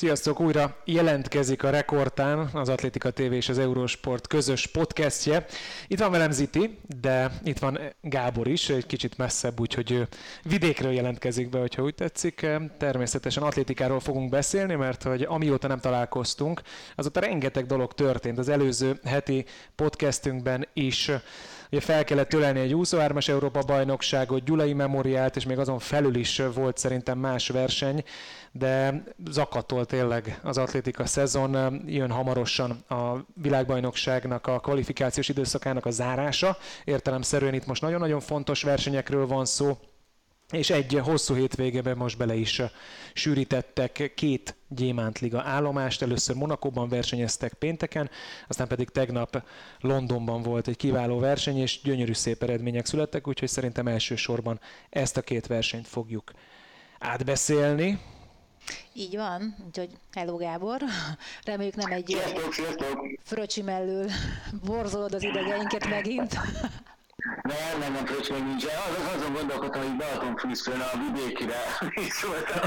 Sziasztok! Újra jelentkezik a Rekordtán, az Atlétika TV és az Eurosport közös podcastje. Itt van velem Ziti, de itt van Gábor is, egy kicsit messzebb, úgyhogy vidékről jelentkezik be, hogyha úgy tetszik. Természetesen atlétikáról fogunk beszélni, mert hogy amióta nem találkoztunk, azóta rengeteg dolog történt. Az előző heti podcastünkben is ugye fel kellett ölelni egy 23-as Európa-bajnokságot, Gyulai Memoriált, és még azon felül is volt szerintem más verseny, de zakatol tényleg az atlétika szezon, jön hamarosan a világbajnokságnak a kvalifikációs időszakának a zárása. Értelemszerűen itt most nagyon-nagyon fontos versenyekről van szó, és egy hosszú hétvégében most bele is sűrítettek 2 gyémántliga állomást. Először Monacóban versenyeztek pénteken, aztán pedig tegnap Londonban volt egy kiváló verseny, és gyönyörű szép eredmények születtek, úgyhogy szerintem elsősorban ezt a 2 versenyt fogjuk átbeszélni. Így van, úgyhogy hello Gábor, reméljük nem egy fröcsi mellől borzolod az idegeinket megint. Nem, fröcsi meg nincs. Azon gondolkodtam, hogy Balatonfürdőn a vidékire is voltam.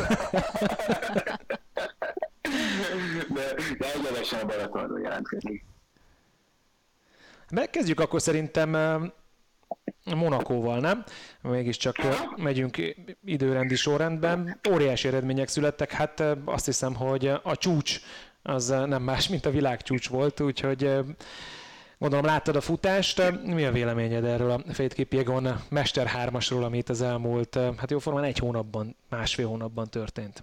De egyenesen a Balatonról jelentkezik. Megkezdjük akkor szerintem Monacóval, nem? Mégiscsak megyünk időrendi sorrendben. Óriási eredmények születtek, hát azt hiszem, hogy a csúcs az nem más, mint a világcsúcs volt, úgyhogy gondolom láttad a futást. Mi a véleményed erről a Faith Kipyegon Mester 3-asról, amit az elmúlt, hát jóformán 1 hónapban, 1,5 hónapban történt?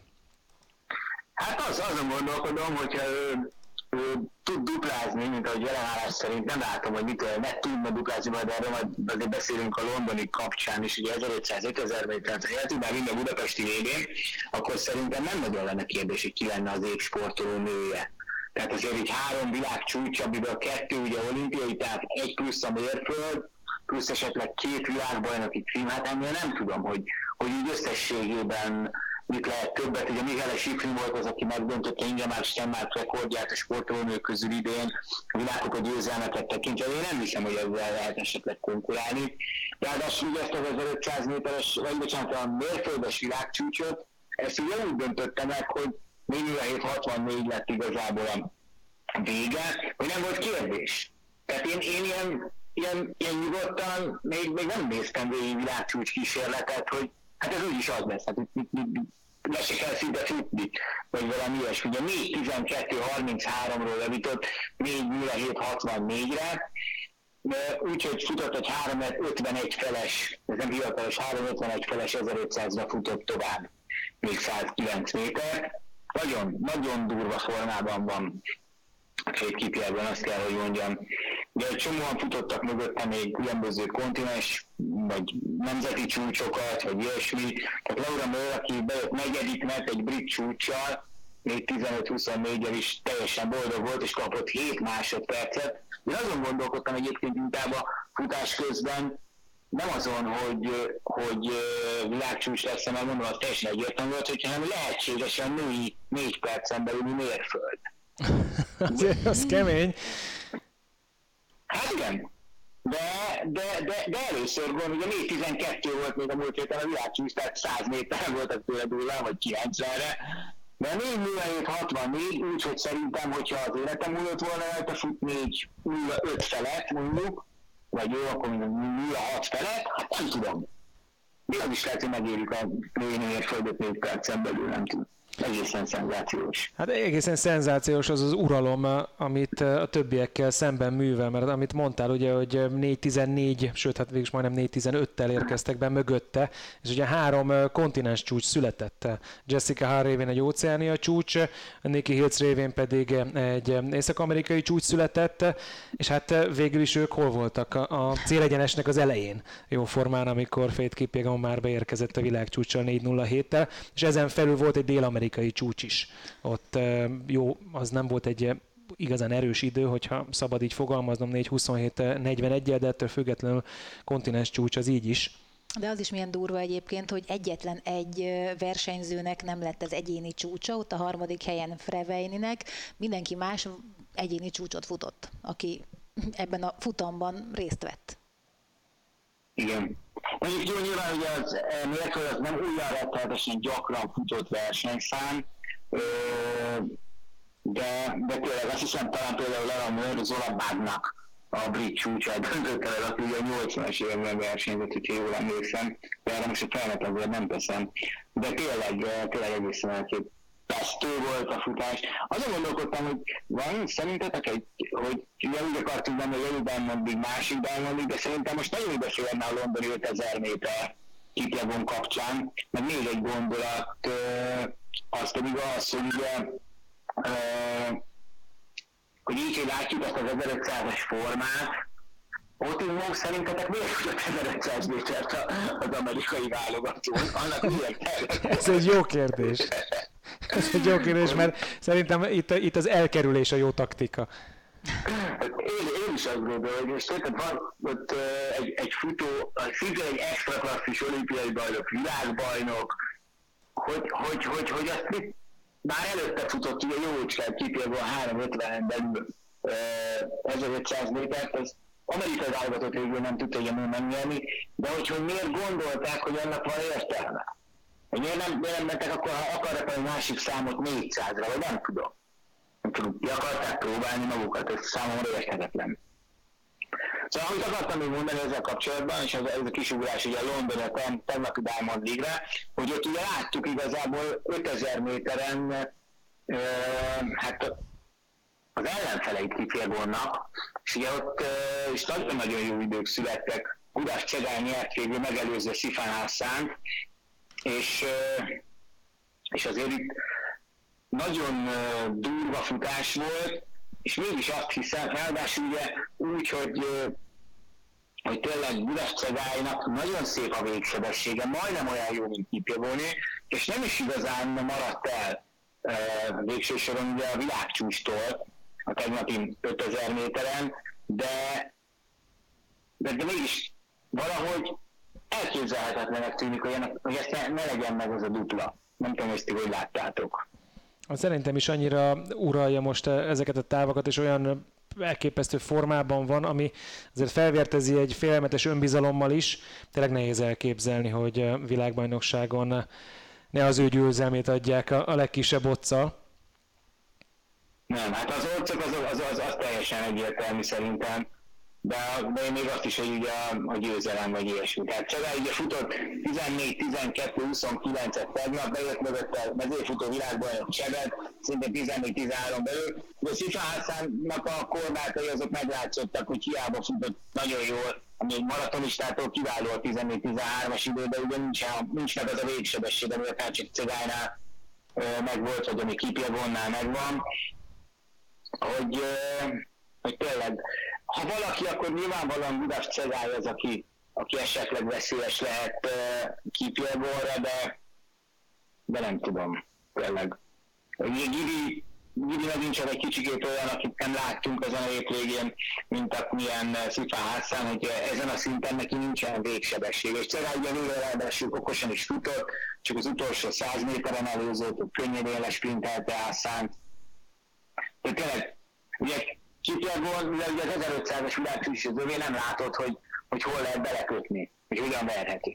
Hát azon gondolkodom, hogyha ő tud duplázni, mint ahogy jelenállás szerint, nem látom, hogy mitől ne tudna duplázni, majd erről majd azért beszélünk a londoni kapcsán is, ugye 1500-5000 métert éltünk, már mind a budapesti végén, akkor szerintem nem nagyon lenne kérdés, hogy ki lenne az év sportoló nője. Tehát azért így 3 világcsúcs, amiből 2 ugye olimpiai, tehát 1 plusz a mérföld, plusz esetleg 2 világbajnoki cím, hát ennél nem tudom, hogy így összességében mit lehet többet. Ugye Mihály Schifrin volt az, aki megdöntötte Ingemar Stenmark rekordját a sportolónők közül idén, a világkupa győzelmeket tekintve. Én nem hiszem, hogy ezzel lehet esetleg konkurálni. Ráadásul ugye ezt az 1500 méteres, vagy bocsánat, a mérföldes világcsúcsot, ezt ugye úgy döntötte meg, hogy 4:07:64 lett igazából a vége, hogy nem volt kérdés. Tehát én ilyen nyugodtan még nem néztem végig világcsúcs kísérletet, hogy hát ez úgyis az lesz, hát le se kell szinte futni, vagy valami ilyesmi. Ugye 4:12:33-ról levitott 4:07:64-re, úgyhogy futott egy 3:51 feles, ez nem hivatalos, 3:51 feles 1500-ra futott tovább, még 109 méter. Nagyon durva formában van Faith Kipyegon, azt kell, hogy mondjam. De egy csomóan futottak mögötte még különböző kontinens, vagy nemzeti csúcsokat, vagy ilyesmi. Tehát Laura Moore, aki bejött 4. egy brit csúccsal, 4:15:24-el is teljesen boldog volt, és kapott 7 másodpercet. Én azon gondolkodtam egyébként inkább a futás közben, nem azon, hogy világcsúcs lesz, mert mondom, az teljesen egyértelmű volt, hanem lehetségesen női 4 percen belüli mérföld. Azért az kemény. Hát igen, de először gond, ugye 4:12 volt még a múlt héten a világcsúcs, tehát 100 méter voltak tőle durván, vagy 90-re, de 4:07:64, úgyhogy szerintem, hogyha az életem múlott volna rajta fut 4:05 felett mondjuk, vagy jó, akkor 0:06 felett, hát nem tudom. Mi az is lehet, hogy megérjük a női mérföldet 4 percen belül, nem tudom. Egészen szenzációs. Hát egészen szenzációs az az uralom, amit a többiekkel szemben művel, mert amit mondtál, ugye, hogy 4:14, sőt, hát végülis majdnem 4:15-tel érkeztek be mögötte, és ugye 3 kontinens csúcs született. Jessica Hall révén egy óceánia csúcs, Nikki Hills révén pedig egy észak-amerikai csúcs született, és hát végül is ők hol voltak? A célegyenesnek az elején jóformán, amikor Faith Kipyegon már beérkezett a világcsúccsal 4:07-tel, és ezen felül volt egy dél-amerikai csúcs is. Ott jó, az nem volt egy igazán erős idő, hogyha szabad így fogalmaznom, 4:27:41-el, de ettől függetlenül kontinens csúcs az így is. De az is milyen durva egyébként, hogy egyetlen egy versenyzőnek nem lett az egyéni csúcsa, ott a 3. helyen Freveininek, mindenki más egyéni csúcsot futott, aki ebben a futamban részt vett. Igen. Mondjuk jó, nyilván ugye az mérföld az nem olyan rettenetesen gyakran futott versenyszám, de tényleg azt hiszem talán például Aaron Zola Bagnak a brit csúcsát döntött el, aki ugye a 80-as években versenyzett, hogyha jól emlékszem, de erre most a felmet azért nem teszem, de tényleg egészen elképesztő volt a futás. Azon gondolkodtam, hogy van szerintetek hogy ugye úgy akartunk menni, hogy egy Diamondig, másik Diamondig, de szerintem most nagyon beszélne a londoni 5000 méter Kipyegon kapcsán, meg még egy gondolat, az pedig az, hogy ugye hogy így, hogy látjuk ezt az 1500-as formát, ott így szerintetek miért futott 1500 métert az amerikai válogató? Annak miért kell? Ez egy jó kérdés. Ez egy jó kérdés, mert szerintem itt az elkerülés a jó taktika. Én is azt gondolom, hogy van ott egy futó, szinte egy extra klasszis olimpiai bajnok, világbajnok, hogy azt mit már előtte futott ugye jócskán Kipyegon 350-en belül 1500 métert, az amerikai válogatott végül nem tudta ugye megnyerni, de hogy miért gondolták, hogy annak van értelme? Hogy miért nem mentek akkor, ha akarnak egy másik számot 400-ra, vagy nem tudom. Nem tudom, ki akarták próbálni magukat, ez számomra érthetetlen. Szóval, amit akartam még mondani ezzel kapcsolatban, és ez a kisugrás ugye London a tegnapi Diamond League-re, hogy ott ugye láttuk igazából 5000 méteren hát az ellenfeleit Kipyegonnak, és ugye ott is nagyon-nagyon jó idők születtek. Gudas Csegály nyert végül megelőzve Sifan Hassánt, és azért itt nagyon durva futás volt, és mégis azt hiszem, ráadásul ugye úgy, hogy tényleg Gudas Csegálynak nagyon szép a végsebessége, majdnem olyan jó, mint Kipyegoné, és nem is igazán maradt el végső soron ugye a világcsúcstól a tegnapi 5000 méteren, de mégis valahogy elképzelhetetlenek tűnik, hogy ezt ne legyen meg az a dupla. Nem tudom, ezt hogy láttátok. Szerintem is annyira uralja most ezeket a távokat, és olyan elképesztő formában van, ami azért felvértezi egy félelmetes önbizalommal is. Tényleg nehéz elképzelni, hogy világbajnokságon ne az ő győzelmét adják a legkisebb occal. Nem, hát az orcok az teljesen egyértelmű szerintem, de én még azt is, hogy ugye a győzelem vagy ilyesmi. Tehát Csegály ugye futott 14-12-29-et tegnap, bejött mögött a mezőfutó világbajnok Csebet, szintén 14-13 belül. De Sifan Hasszánnak a korlátai azok meglátszottak, hogy hiába futott nagyon jól, ami egy maratonistától kiváló a 14-13-as idő, de ugye nincsnek az a végsebesség, ami akár csak Cegálynál megvolt, vagy ami Kipyegonnál megvan, hogy tényleg, ha valaki, akkor nyilvánvalóan Gudas Csegály az, aki esetleg veszélyes lehet Kipyegonra, de nem tudom, tényleg. Giri megint csak egy kicsikét olyan, akit nem láttunk ezen a hétvégén, mint amilyen Sifan Hassan, hogy ezen a szinten neki nincsen végsebesség. És Csegály ugye végre ráadásul okosan is futott, csak az utolsó 100 méteren előzött, könnyedén lesprintelte Hassant. De tényleg, ugye Kipyegon, ugye az 1500-as világcsúcs az övé nem látod, hogy hol lehet belekötni, hogy hogyan verheti.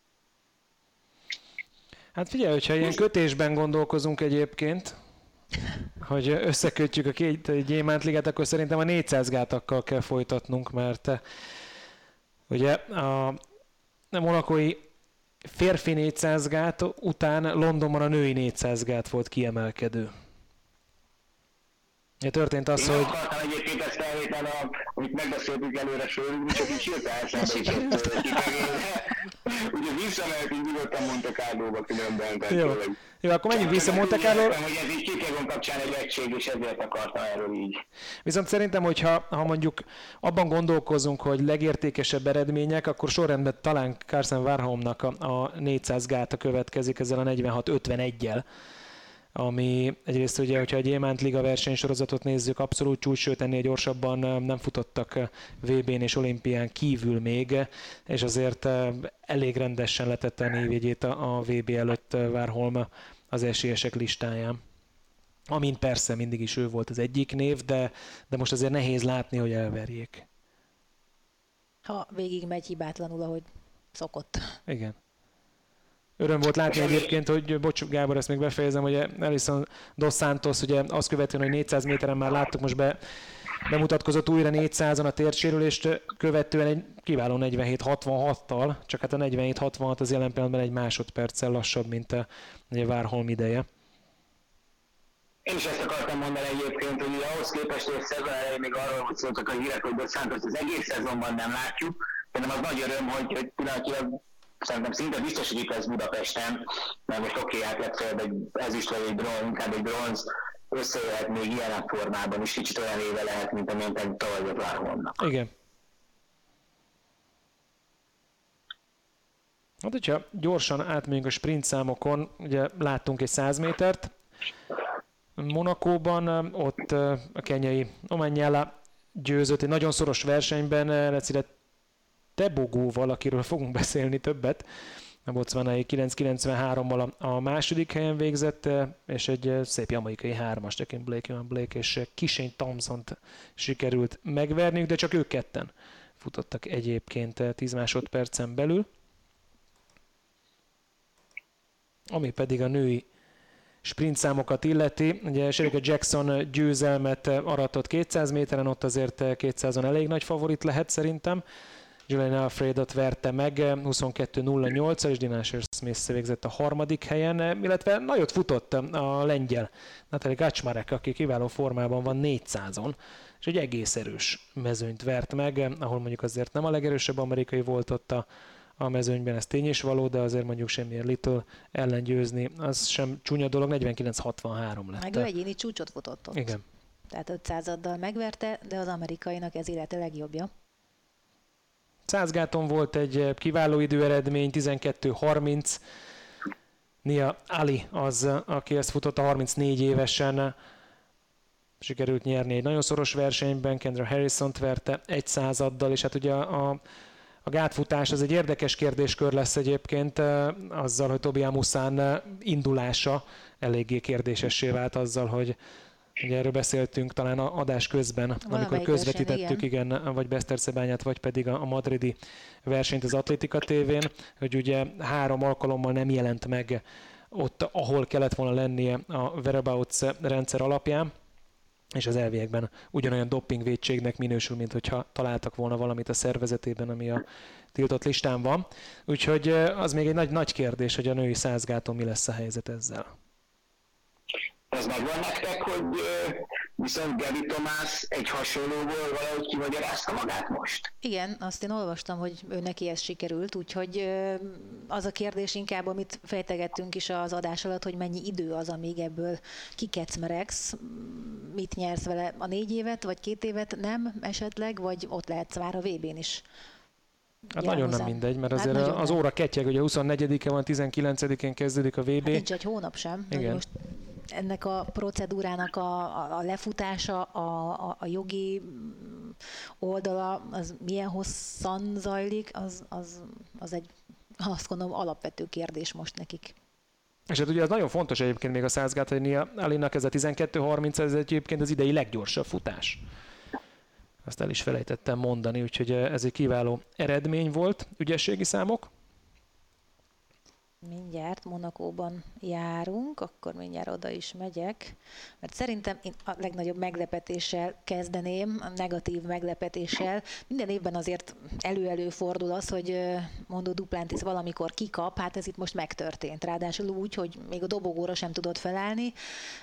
Hát figyelj, hogyha ilyen kötésben gondolkozunk egyébként, hogy összekötjük a két gyémántligát, akkor szerintem a 400 gátakkal kell folytatnunk, mert ugye a monacói férfi 400 gát után Londonban a női 400 gát volt kiemelkedő. Történt az, én hogy... akartam egyébként ezt felvételni, amit megbeszéltük előre sorolni, csak így hirtelen eszembe ugye visszamehetünk nyugodtan Monte Carlóba különben. Jó, akkor menjünk vissza Monte Carlóra. Hogy ez így Kipyegon kapcsán egy egység, és ezért akartam erről így. Viszont szerintem, hogyha mondjuk abban gondolkozunk, hogy legértékesebb eredmények, akkor sorrendben talán Karsten Warholmnak a 400 gáta következik ezzel a 46-51-jel. Ami egyrészt ugye, hogyha egy Gyémánt Liga versenysorozatot nézzük, abszolút csúcs, sőt ennél gyorsabban nem futottak VB-n és olimpián kívül még, és azért elég rendesen letette a névjegyét a VB előtt Warholm az esélyesek listáján. Amint persze mindig is ő volt az egyik név, de most azért nehéz látni, hogy elverjék. Ha végig megy hibátlanul, ahogy szokott. Igen. Öröm volt látni egyébként, hogy, bocs Gábor, ezt még befejezem, hogy Elison Dos Santos, ugye azt követően, hogy 400 méteren már láttuk, most bemutatkozott újra 400-on a térsérülést, követően egy kiváló 47-66-tal, csak hát a 47-66 az jelen pillanatban egy másodperccel lassabb, mint a Warholm ideje. Én is ezt akartam mondani egyébként, hogy ahhoz képest, hogy a szezon elején még arról szóltak a hírek, hogy Dos Santos az egész szezonban nem látjuk, szerintem az nagy öröm, hogy pillanatilag szerintem szinte biztos, hogy itt lesz Budapesten, mert most hát legfeljebb egy ezüst vagy egy bronz, inkább egy bronz összejöhet még ilyen formában is, kicsit olyan éve lehet, mint amilyen tavaly a Warholmnak. Igen. Hát, hogyha gyorsan átmegyünk a sprint számokon, ugye láttunk egy 100 métert, Monacóban, ott a kenyai Omanyala győzött egy nagyon szoros versenyben, Lecire Tebogóval, akiről fogunk beszélni többet, a botswanai 9.93-mal a második helyen végzett, és egy szép jamaikai 3-as, Jacqueline Blake és Kishane Thompsont sikerült megverniük, de csak ők ketten futottak egyébként 10 másodpercen belül. Ami pedig a női sprint számokat illeti, ugye Shericka Jackson győzelmet aratott 200 méteren, ott azért 200-on elég nagy favorit lehet szerintem. Julian Alfredot verte meg 22.08-al, és Dean Asher-Smith végzett a harmadik helyen, illetve nagyot futott a lengyel Natalie Kaczmarek, aki kiváló formában van 400-on, és egy egész erős mezőnyt vert meg, ahol mondjuk azért nem a legerősebb amerikai volt ott a mezőnyben, ez tény is való, de azért mondjuk semmilyen Little ellen győzni, az sem csúnya dolog, 49.63 lett. Meg ő egyéni csúcsot futott ott. Igen. Tehát 500-addal megverte, de az amerikainak ez élete legjobbja. 100 gáton volt egy kiváló időeredmény, 12.30. Nia Ali az, aki ezt futotta 34 évesen, sikerült nyerni egy nagyon szoros versenyben, Kendra Harrison-t verte 100-addal, és hát ugye a gátfutás az egy érdekes kérdéskör lesz egyébként, azzal, hogy Tobi Amusan indulása eléggé kérdésessé vált azzal, hogy ugye erről beszéltünk talán adás közben, amikor közvetítettük, igen, vagy Besztercebányát, vagy pedig a madridi versenyt az Atlétika tévén, hogy ugye 3 alkalommal nem jelent meg ott, ahol kellett volna lennie a whereabouts rendszer alapján, és az elviekben ugyanolyan dopingvétségnek minősül, mint hogyha találtak volna valamit a szervezetében, ami a tiltott listán van. Úgyhogy az még egy nagy kérdés, hogy a női 100 gáton mi lesz a helyzet ezzel. Ez megvan nektek, hogy viszont Gabi Tomás egy hasonlóból valahogy kimagyarázta magát most? Igen, azt én olvastam, hogy ő neki ez sikerült, úgyhogy az a kérdés inkább, amit fejtegettünk is az adás alatt, hogy mennyi idő az, amíg ebből kikecmeregsz, mit nyersz vele, a 4 évet, vagy 2 évet nem esetleg, vagy ott lehetsz már a VB-n is. Hát nagyon nem mindegy, mert azért az óra ketyeg, ugye 24-e van, 19-én kezdődik a VB. Hát nincs egy hónap sem. Igen. Most ennek a procedúrának a lefutása, a jogi oldala, az milyen hosszan zajlik, az egy, azt gondolom, alapvető kérdés most nekik. És hát ugye az nagyon fontos egyébként még a 100 gát, hogy Nia Alinak ez a 12.30, ez egyébként az idei leggyorsabb futás. Azt el is felejtettem mondani, úgyhogy ez egy kiváló eredmény volt. Ügyességi számok? Mindjárt Monacóban járunk, akkor mindjárt oda is megyek, mert szerintem én a legnagyobb meglepetéssel kezdeném, a negatív meglepetéssel. Minden évben azért elő-előfordul az, hogy mondó Duplantis valamikor kikap, hát ez itt most megtörtént, ráadásul úgy, hogy még a dobogóra sem tudott felállni.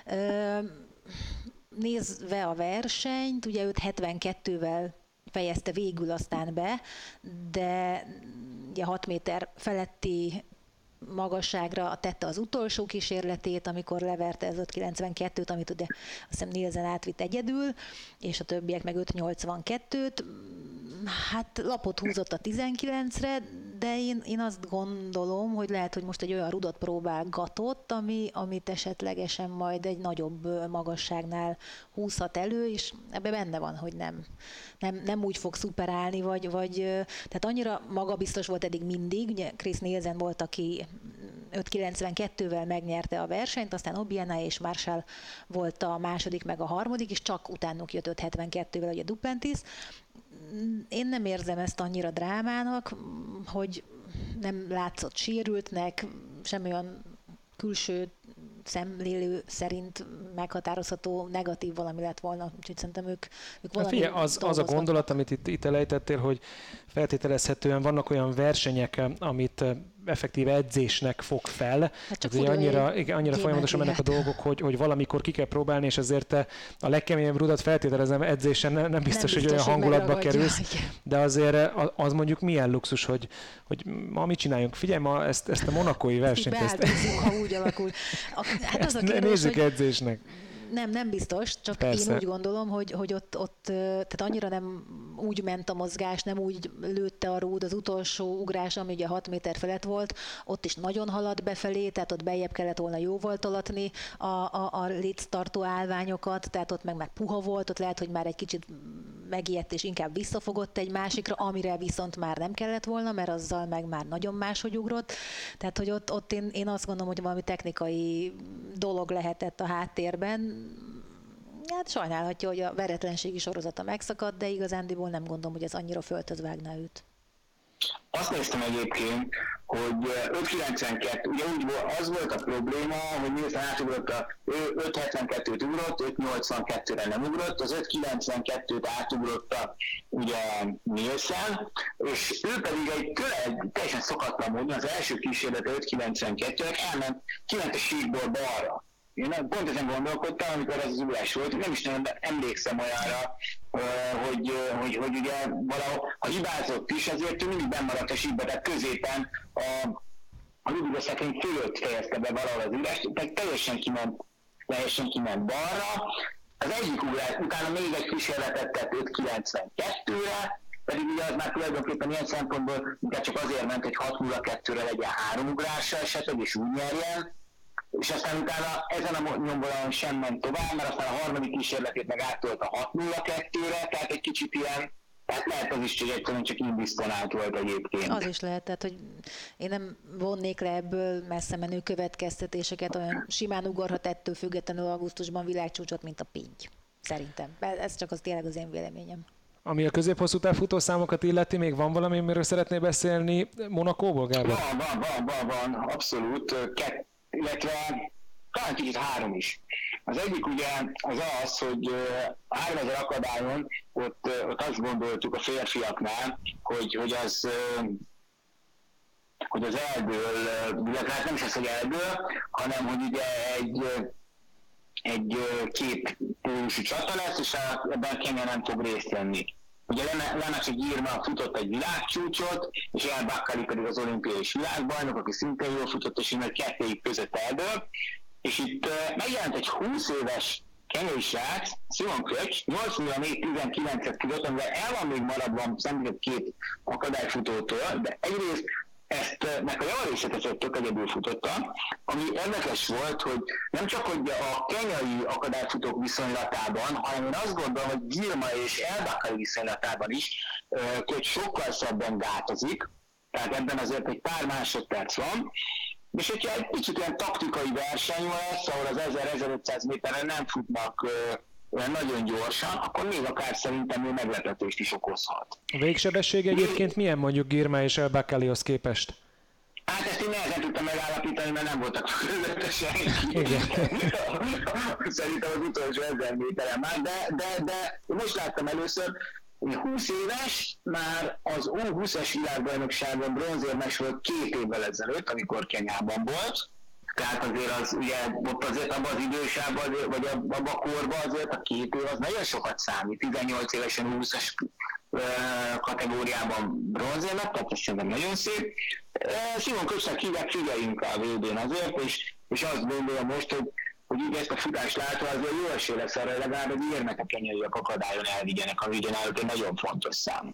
Nézve a versenyt, ugye őt 72-vel fejezte végül aztán be, de ugye 6 méter feletti magasságra tette az utolsó kísérletét, amikor leverte az 5.92-t, amit ugye azt hiszem Nielsen átvitt egyedül, és a többiek meg 5.82-t. Hát lapot húzott a 19-re, de én azt gondolom, hogy lehet, hogy most egy olyan rudot próbálgatott, amit esetlegesen majd egy nagyobb magasságnál húzhat elő, és ebben benne van, hogy nem úgy fog szuperálni, vagy tehát annyira magabiztos volt eddig mindig, ugye Chris Nielsen volt, aki 5.92-vel megnyerte a versenyt, aztán Obiena és Marshall volt a második meg a harmadik, és csak utánuk jött 5.72-vel ugye Duplantis. Én nem érzem ezt annyira drámának, hogy nem látszott sérültnek, semmi olyan külső szemlélő szerint meghatározható negatív valami lett volna, úgyhogy szerintem ők valami Figyelj, az a gondolat, amit itt elejtettél, hogy feltételezhetően vannak olyan versenyek, amit effektíve edzésnek fog fel. Hát annyira folyamatosan mennek a dolgok, hogy valamikor ki kell próbálni, és azért a legkeményebb rudat feltételezem edzésen nem biztos, hogy olyan hangulatba kerülsz, de azért az mondjuk milyen luxus, hogy ma mit csináljunk? Figyelj, ma ezt a monakói versenyt. Ha úgy alakul. Hát az a kérdés, nézzük edzésnek. Nem biztos, csak persze. Én úgy gondolom, hogy ott tehát annyira nem úgy ment a mozgás, nem úgy lőtte a rúd az utolsó ugrás, ami ugye 6 méter felett volt, ott is nagyon haladt befelé, tehát ott beljebb kellett volna jóval tolatni a léctartó állványokat, tehát ott meg már puha volt, ott lehet, hogy már egy kicsit megijedt és inkább visszafogott egy másikra, amire viszont már nem kellett volna, mert azzal meg már nagyon máshogy ugrott. Tehát, hogy ott én azt gondolom, hogy valami technikai dolog lehetett a háttérben. Hát sajnálhatja, hogy a veretlenségi sorozata megszakadt, de igazándiból nem gondolom, hogy ez annyira föltöz vágná őt. Azt néztem egyébként, hogy 5.92, ugye úgy az volt a probléma, hogy miután átugrott 5.72-t ugrott, 5.82-re nem ugrott, az 5.92-t átugrotta ugye Nielsen, és ő pedig egy teljesen szokatlan módon az első kísérlete 5.92-nek kiment a síkból balra. Én pont ezen gondolkodtam, amikor ez az ugrás volt, nem is nagyon emlékszem olyanra, hogy ugye valahol, ha hibázott is, azért ő mindig bennmaradt a síkba, tehát középen a rúdugószekrény fölött fejezte be valahol az ugrást, tehát teljesen kiment balra. Az egyik ugrás, utána még egy kísérletet tett 5.92-re, pedig ugye az már tulajdonképpen ilyen szempontból csak azért ment, hogy 6.02-re legyen 3 ugrása esetleg, és úgy nyerjen. És aztán utána ezen a nyomvonalon sem ment tovább, mert aztán a harmadik kísérletét meg áttolt a 6.02-re, tehát egy kicsit ilyen, tehát lehet az is csak indisponált volt egyébként. Az is lehet, tehát hogy én nem vonnék le ebből messze menő következtetéseket, olyan simán ugorhat ettől függetlenül augusztusban világcsúcsot, mint a pinty. Szerintem. Ez csak az tényleg az én véleményem. Ami a középhosszú távfutószámokat illeti, még van valami, amiről szeretnél beszélni Monakóból, Gábor? Van, abszolút. Illetve talán kicsit 3 is. Az egyik ugye az, hogy 3000 akadályon ott azt gondoltuk a férfiaknál, hogy az eldől, illetve nem is az, hogy eldől, hanem hogy ugye egy két pólusú csata lesz, és ebben Kenya nem fog részt venni. Ugye Lana Girma futott egy világcsúcsot, és El Bakkali pedig az olimpiai és világbajnok, aki szintén jól futott, és innen kettőjük között eldől. És itt megjelent egy 20 éves kenyai srác, Simon Köcs, 8.419-et küldött, amivel el van még maradva szemben 2 akadályfutótól, de egyrészt nek a javarészet eset tök egyedül futottam, ami érdekes volt, hogy nem csak hogy a kenyai akadályfutók viszonylatában, hanem én azt gondolom, hogy Girma és El Bakkali viszonylatában is, hogy sokkal szebben gátozik, tehát ebben azért egy pár másodperc van, és hogyha egy kicsit ilyen taktikai verseny lesz, ahol az 1000-1500 méteren nem futnak olyan nagyon gyorsan, akkor még akár szerintem ő meglepetést is okozhat. A végsebesség egyébként milyen mondjuk Girma és El Bakkalihoz képest? Hát ezt én nehezen tudtam megállapítani, mert nem voltak közöttesen. Szerintem az utolsó 1000 méteren már, de most láttam először, hogy 20 éves, már az U20-as világbajnokságon bronzérmes volt 2 évvel ezelőtt, amikor Kenyában volt. Tehát azért az, ugye, ott azért abban az idősában, vagy abban a korban azért a 2 év az nagyon sokat számít. 18 évesen 20-as kategóriában bronzérmet, tehát ez szerintem nagyon szép. Simon Köcsnek hívják, figyeljünk a VB-n azért, és azt gondolom most, hogy így ezt a futást látva azért jó esély lesz arra, hogy legalább egy érnek a kenyaiak akadályon elvigyenek, ami ugye náluk egy nagyon fontos szám.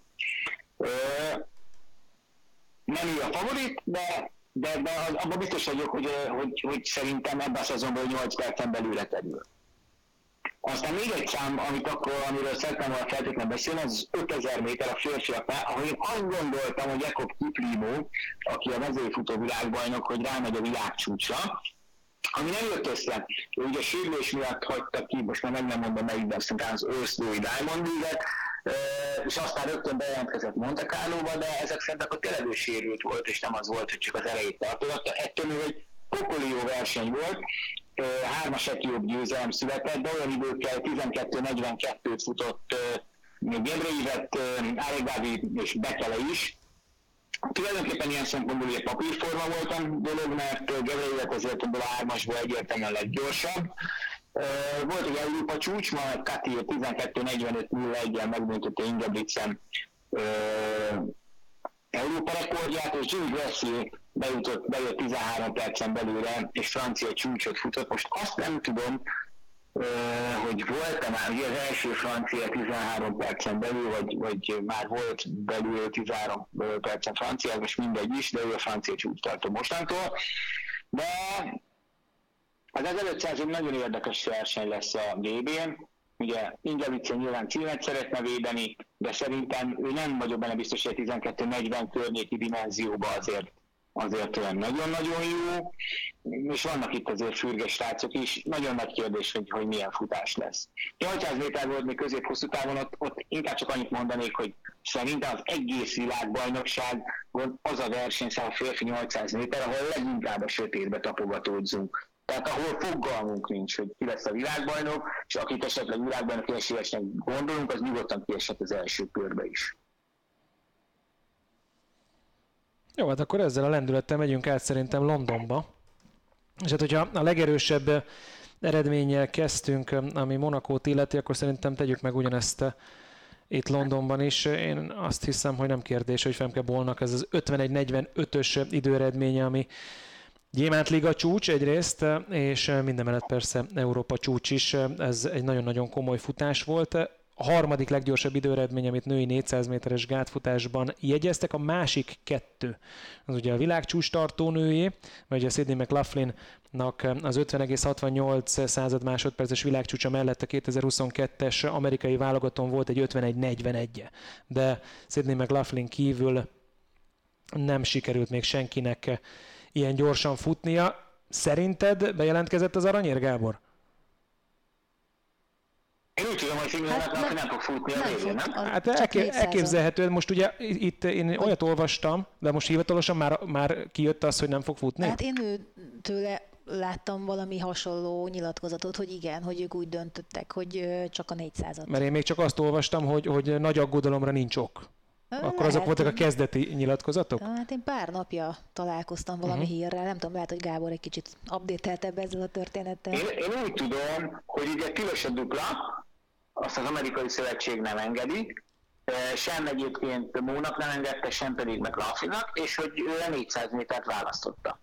Nem ő a favorit, de abban biztos vagyok, hogy szerintem ebben a szezonban 8 percen belőle terül. Aztán még egy szám, amiről szeretném volna feltétlenül beszélni, az 5000 méter a férfiaknál, ahol én azt gondoltam, hogy Jakob Kiprimo, aki a vezérfutó világbajnok, hogy rámegy a világcsúcsra, ami nem jött össze. Ő ugye sérülés miatt hagyta ki, most már meg nem mondom melyikben, szerintem az Oslo-i Diamond League-et, és aztán rögtön bejelentkezett Monte Carlóba, de ezek szerint akkor tényleg sérült volt, és nem az volt, hogy csak az elejét tartogatta. Ettől még egy pokoli jó verseny volt, 3-as etióp győzelem született, de olyan időkkel 12:42-t futott Gebreívet, Aregbavi és Bekele is. Tulajdonképpen ilyen szempontból ugye papírforma volt a dolog, mert Gebreívet azért ebből a 3-asból egyértelműen leggyorsabb. Volt egy Európa csúcs, majd Kati 12:45:01-jel megböntette Ingebrigtsen Európa rekordját, és Jimmy Gressier bejött 13 percen belőle, és francia csúcsot futott. Most azt nem tudom, hogy volt-e már, ugye az első francia 13 percen belül, vagy már volt belül 13 percen francia, most mindegy is, de ő a francia csúcs tartó mostantól. De az 1500 egy nagyon érdekes verseny lesz a VB-n. Ugye Ingebrigtsen nyilván címet szeretne védeni, de szerintem ő nem vagyok benne biztos, hogy 12:40 környéki dimenzióban azért olyan nagyon-nagyon jó, és vannak itt azért fürges srácok is, nagyon nagy kérdés, hogy milyen futás lesz. 800 méter volt még közép-hosszú távon, ott inkább csak annyit mondanék, hogy szerintem az egész világbajnokság az a versenyszám a férfi 800 méter, ahol leginkább a sötétbe tapogatódzunk. Tehát ahol fogalmunk nincs, hogy ki lesz a világbajnok, és akit esetleg világbajnok esélyesnek gondolunk, az nyugodtan kieshet az első körbe is. Jó, hát akkor ezzel a lendülettel megyünk át szerintem Londonba. És hát, hogyha a legerősebb eredménnyel kezdtünk, ami Monacót illeti, akkor szerintem tegyük meg ugyanezt itt Londonban is. Én azt hiszem, hogy nem kérdés, hogy Femke Bolnak ez az 51:45-ös időeredménye, ami Gyémánt Liga csúcs egyrészt, és mindemellett persze Európa csúcs is. Ez egy nagyon-nagyon komoly futás volt. A harmadik leggyorsabb időeredmény, amit női 400 méteres gátfutásban jegyeztek, a másik kettő. Az ugye a világcsúcs tartó nőjé, mert ugye Sydney McLaughlinnak az 50,68 másodperces világcsúcsa mellett a 2022-es amerikai válogatón volt egy 51:41-je. De Sydney McLaughlin kívül nem sikerült még senkinek ilyen gyorsan futnia. Szerinted bejelentkezett az aranyér, Gábor? Én úgy tudom, hogy Sydney McLaughlin nem fog futni a végén, nem? Hát elképzelhető. Most ugye itt én olyat olvastam, de most hivatalosan már kijött az, hogy nem fog futni? Hát én tőle láttam valami hasonló nyilatkozatot, hogy igen, hogy ők úgy döntöttek, hogy csak a 400-at. Mert én még csak azt olvastam, hogy nagy aggodalomra nincs ok. Akkor azok voltak a kezdeti nyilatkozatok? Hát én pár napja találkoztam valami hírrel, nem tudom, lehet, hogy Gábor egy kicsit update-eltebb ezzel a történettel. Én úgy tudom, hogy ugye tilos a dupla, azt az amerikai szövetség nem engedi, sem egyébként Mónak nem engedte, sem pedig McLaughlinnak, és hogy ő a 400 métert választotta.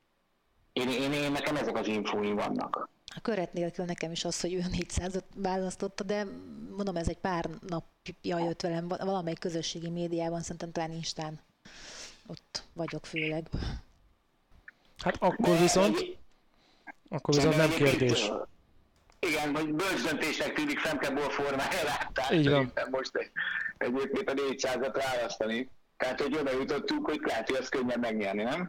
Nekem ezek az infóim vannak. A köret nélkül nekem is az, hogy ő 400-at választotta, de mondom, ez egy pár napja jött velem valamelyik közösségi médiában, szerintem talán Instán. Ott vagyok főleg. Hát akkor viszont nem kérdés. Igen, hogy bölcs döntésnek tűnik Femke Bol formája láttál. Így van. Most egyébként a 400-at választani. Tehát, hogy oda jutottunk, hogy lehet, hogy ezt könnyen megnyerni, nem?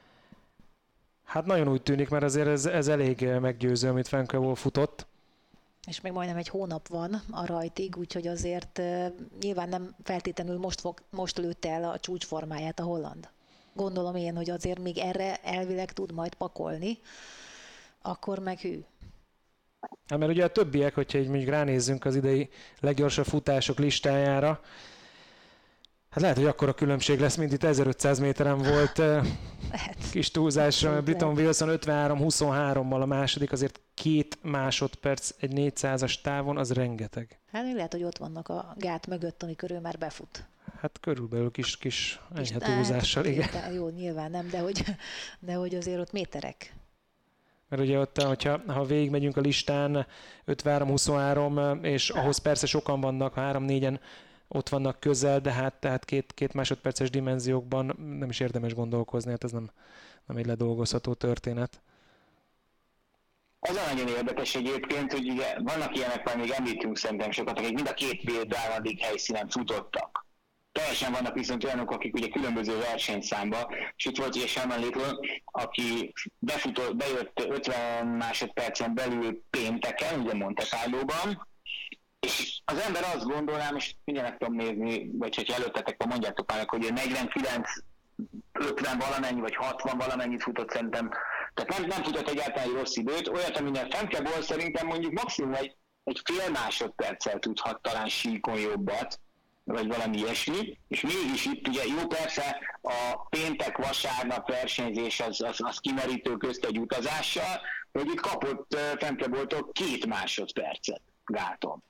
Hát nagyon úgy tűnik, mert azért ez elég meggyőző, amit Femke Bol futott. És még majdnem egy hónap van a rajtig, úgyhogy azért nyilván nem feltétlenül most lőtte el a csúcsformáját a holland. Gondolom én, hogy azért még erre elvileg tud majd pakolni, akkor meg hű. Hát mert ugye a többiek, hogyha így mondjuk ránézzünk az idei leggyorsabb futások listájára, hát lehet, hogy akkora különbség lesz, mint itt 1500 méteren volt kis túlzásra. Britton Wilson 53-23-mal a második, azért 2 másodperc egy 400-as távon, az rengeteg. Hát még lehet, hogy ott vannak a gát mögött, amikor ő már befut. Hát körülbelül kis enyhe túlzással, igen. Jó, nyilván nem, de hogy azért ott méterek. Mert ugye ott, ha végigmegyünk a listán, 53-23, és ahhoz persze sokan vannak, 3-4-en ott vannak közel, de tehát 2 másodperces dimenziókban nem is érdemes gondolkozni, hát ez nem egy ledolgozható történet. Az a nagyon érdekes egyébként, hogy ugye vannak ilyenek, majd még említünk szerintem sokat, akik mind a 2 például helyszínen futottak. Teljesen vannak viszont olyanok, akik ugye különböző versenyszámba, és itt volt ugye Sherman Little, aki bejött 50 másodpercen belül pénteken, ugye Monte Carlóban, és az ember azt gondolná, és mindjárt tudom nézni, vagy hogyha előttetek, akkor mondjátok már, hogy 49, 50 valamennyi, vagy 60 valamennyit futott szerintem. Tehát nem futott egyáltalán egy rossz időt. Olyat, aminek Femkeból szerintem mondjuk maximum egy fél másodperccel tudhat talán síkon jobbat, vagy valami ilyesmi, és mégis itt ugye jó persze a péntek-vasárnap versenyzés az kimerítő közt egy utazással, hogy itt kapott Femkeboltól 2 másodpercet gáton.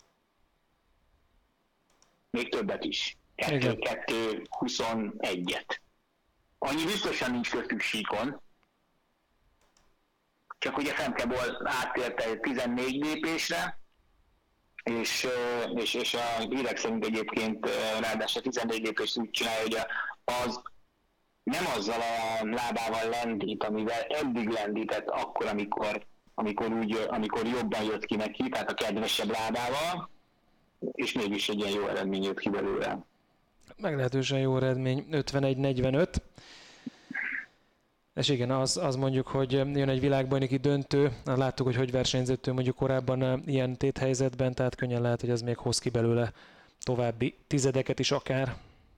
Még többet is. 2-21-et. Annyi biztosan nincs köztük síkon, csak ugye Femkeból áttérte 14 lépésre, és a hírek szerint egyébként ráadásul 14 lépést úgy csinálja, hogy az nem azzal a lábával lendít, amivel eddig lendített akkor, amikor jobban jött ki neki, tehát a kedvesebb lábával, és mégis egy ilyen jó eredmény jött ki belőle. Meglehetősen jó eredmény, 51-45. És igen, az mondjuk, hogy jön egy világbajnoki döntő, láttuk, hogy versenyzett ő mondjuk korábban ilyen téthelyzetben, tehát könnyen lehet, hogy ez még hoz ki belőle további tizedeket is akár.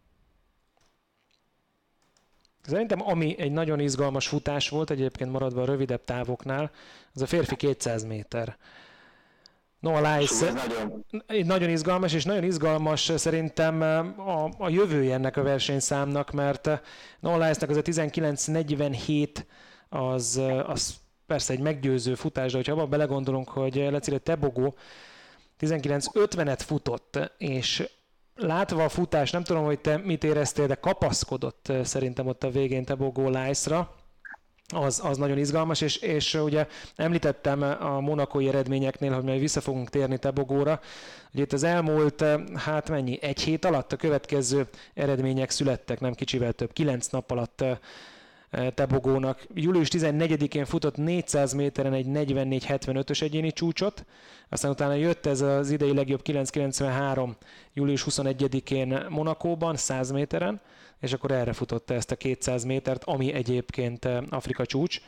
Szerintem ami egy nagyon izgalmas futás volt, egyébként maradva a rövidebb távoknál, az a férfi 200 méter. Noah Lyles nagyon izgalmas, és nagyon izgalmas szerintem a jövője ennek a versenyszámnak, mert Noah Lylesnek az a 19.47 az persze egy meggyőző futás, de hogyha abban belegondolunk, hogy Lecile Tebogo 19.50-et futott, és látva a futás, nem tudom, hogy te mit éreztél, de kapaszkodott szerintem ott a végén Tebogo Lylesra, az nagyon izgalmas, és ugye említettem a monakói eredményeknél, hogy majd vissza fogunk térni Tebogóra, hogy itt az elmúlt, egy hét alatt a következő eredmények születtek, nem kicsivel több, 9 nap alatt Tebogónak. Július 14-én futott 400 méteren egy 44-75-ös egyéni csúcsot, aztán utána jött ez az idei legjobb 9.93 július 21-én Monakóban 100 méteren, és akkor erre futotta ezt a 200 métert, ami egyébként Afrika csúcs,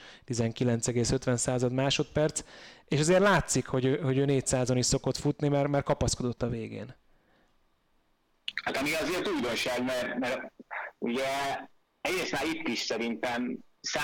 19,50 másodperc, és azért látszik, hogy ő 400-on is szokott futni, mert kapaszkodott a végén. Hát ami azért újdonság, mert ugye egyrészt már itt is szerintem